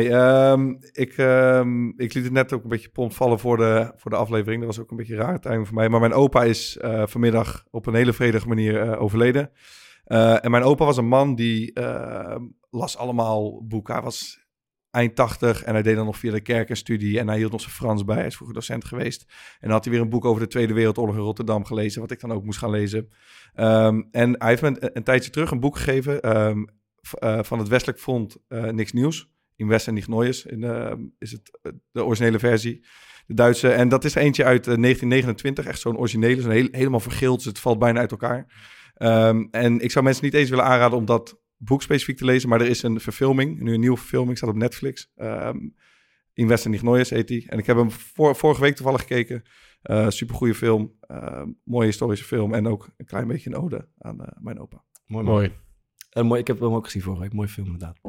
ik liet het net ook een beetje pond vallen voor de aflevering. Dat was ook een beetje raar timing voor mij. Maar mijn opa is vanmiddag op een hele vredige manier overleden. En mijn opa was een man die las allemaal boeken. Hij was eind 80 en hij deed dan nog via de kerk een studie. En hij hield nog zijn Frans bij. Hij is vroeger docent geweest. En dan had hij weer een boek over de Tweede Wereldoorlog in Rotterdam gelezen. Wat ik dan ook moest gaan lezen. En hij heeft me een tijdje terug een boek gegeven... van het Westelijk Front Niks Nieuws. In West en Nicht Neues is het de originele versie. De Duitse. En dat is er eentje uit 1929. Echt zo'n originele. Zo'n helemaal vergeeld. Dus het valt bijna uit elkaar. En ik zou mensen niet eens willen aanraden om dat boek specifiek te lezen. Maar er is een verfilming. Nu een nieuwe verfilming. Staat op Netflix. In West en Nicht Neues heet die. En ik heb hem vorige week toevallig gekeken. Supergoeie film. Mooie historische film. En ook een klein beetje een ode aan mijn opa. Mooi. Ik heb hem ook gezien vorige week. Mooie film inderdaad.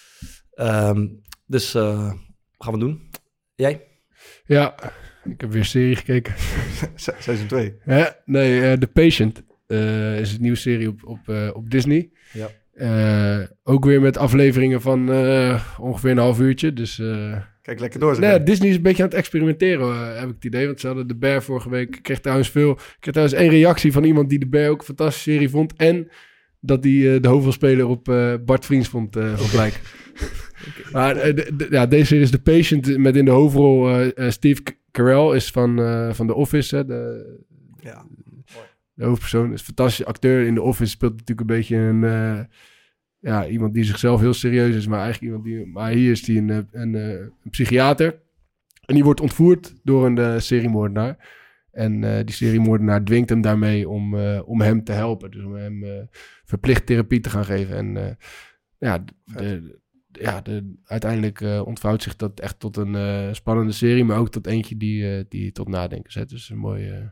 Dus gaan we doen. Jij? Ja, ik heb weer een serie gekeken. Seizoen 2. Nee, The Patient is een nieuwe serie op Disney. Ja. Ook weer met afleveringen van ongeveer een half uurtje. Dus, kijk lekker door. Nee, Disney is een beetje aan het experimenteren, heb ik het idee. Want ze hadden The Bear vorige week. Ik kreeg trouwens één reactie van iemand die The Bear ook een fantastische serie vond. En dat hij de hoofdrolspeler op Bart Vriends vond lijken. Maar deze serie is The Patient met in de hoofdrol Steve Carell is van The Office. De hoofdpersoon is een fantastische acteur. In The Office speelt natuurlijk een beetje iemand die zichzelf heel serieus is. Maar eigenlijk maar hier is hij een psychiater. En die wordt ontvoerd door een seriemoordenaar. En die seriemoordenaar dwingt hem daarmee om hem te helpen. Dus om hem verplicht therapie te gaan geven. En uiteindelijk ontvouwt zich dat echt tot een spannende serie. Maar ook tot eentje die tot nadenken zet. Dus een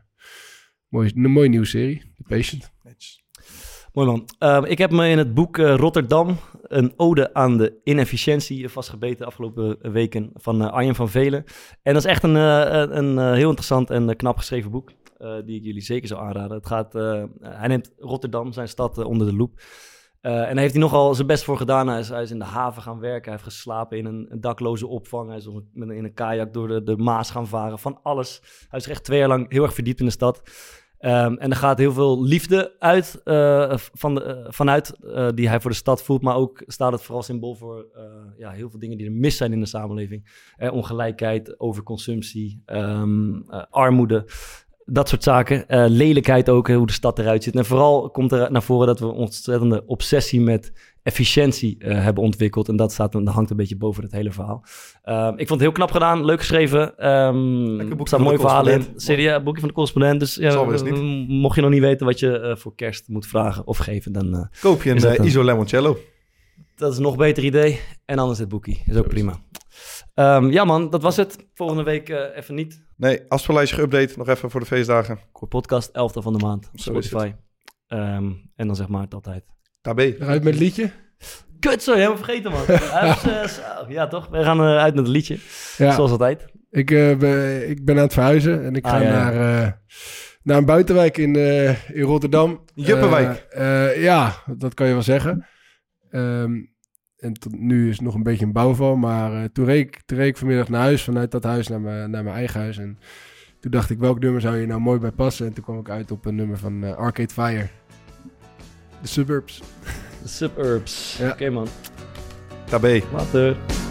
mooie nieuwe serie. The Patient. Mooi man. Ik heb me in het boek Rotterdam, een ode aan de inefficiëntie, vastgebeten de afgelopen weken van Arjen van Velen. En dat is echt een heel interessant en knap geschreven boek, die ik jullie zeker zou aanraden. Hij neemt Rotterdam, zijn stad, onder de loep. En daar heeft hij nogal zijn best voor gedaan. Hij is in de haven gaan werken, hij heeft geslapen in een dakloze opvang. Hij is in een kajak door de Maas gaan varen, van alles. Hij is er echt 2 jaar lang heel erg verdiept in de stad. En er gaat heel veel liefde uit vanuit die hij voor de stad voelt. Maar ook staat het vooral symbool voor heel veel dingen die er mis zijn in de samenleving. Ongelijkheid, overconsumptie, armoede, dat soort zaken. Lelijkheid ook, hoe de stad eruit ziet. En vooral komt er naar voren dat we een ontzettende obsessie met efficiëntie hebben ontwikkeld. En dat hangt een beetje boven het hele verhaal. Ik vond het heel knap gedaan, leuk geschreven. Er staan mooie verhalen in. Boekje van de correspondent. Dus mocht je nog niet weten wat je voor kerst moet vragen of geven, dan koop je een ISO Limoncello. Dat is een nog beter idee. En anders dit boekje. Is ook prima. Ja man, dat was het. Volgende week even niet. Nee, afspeellijstje geüpdate. Nog even voor de feestdagen. Core podcast, 11e van de maand. Op Spotify. En dan zeg maar het altijd. Tabé. Eruit met het liedje. Kut, zo, helemaal vergeten man. Ja toch, we gaan uit met het liedje. Ja. Zoals altijd. Ik ben aan het verhuizen. En ik ga naar een buitenwijk in Rotterdam. Juppenwijk. Ja, dat kan je wel zeggen. En tot nu is het nog een beetje een bouwval. Maar toen reed ik vanmiddag naar huis. Vanuit dat huis naar mijn eigen huis. En toen dacht ik, welk nummer zou je nou mooi bij passen? En toen kwam ik uit op een nummer van Arcade Fire. De suburbs. De suburbs. Ja. Oké, man. KB. Later.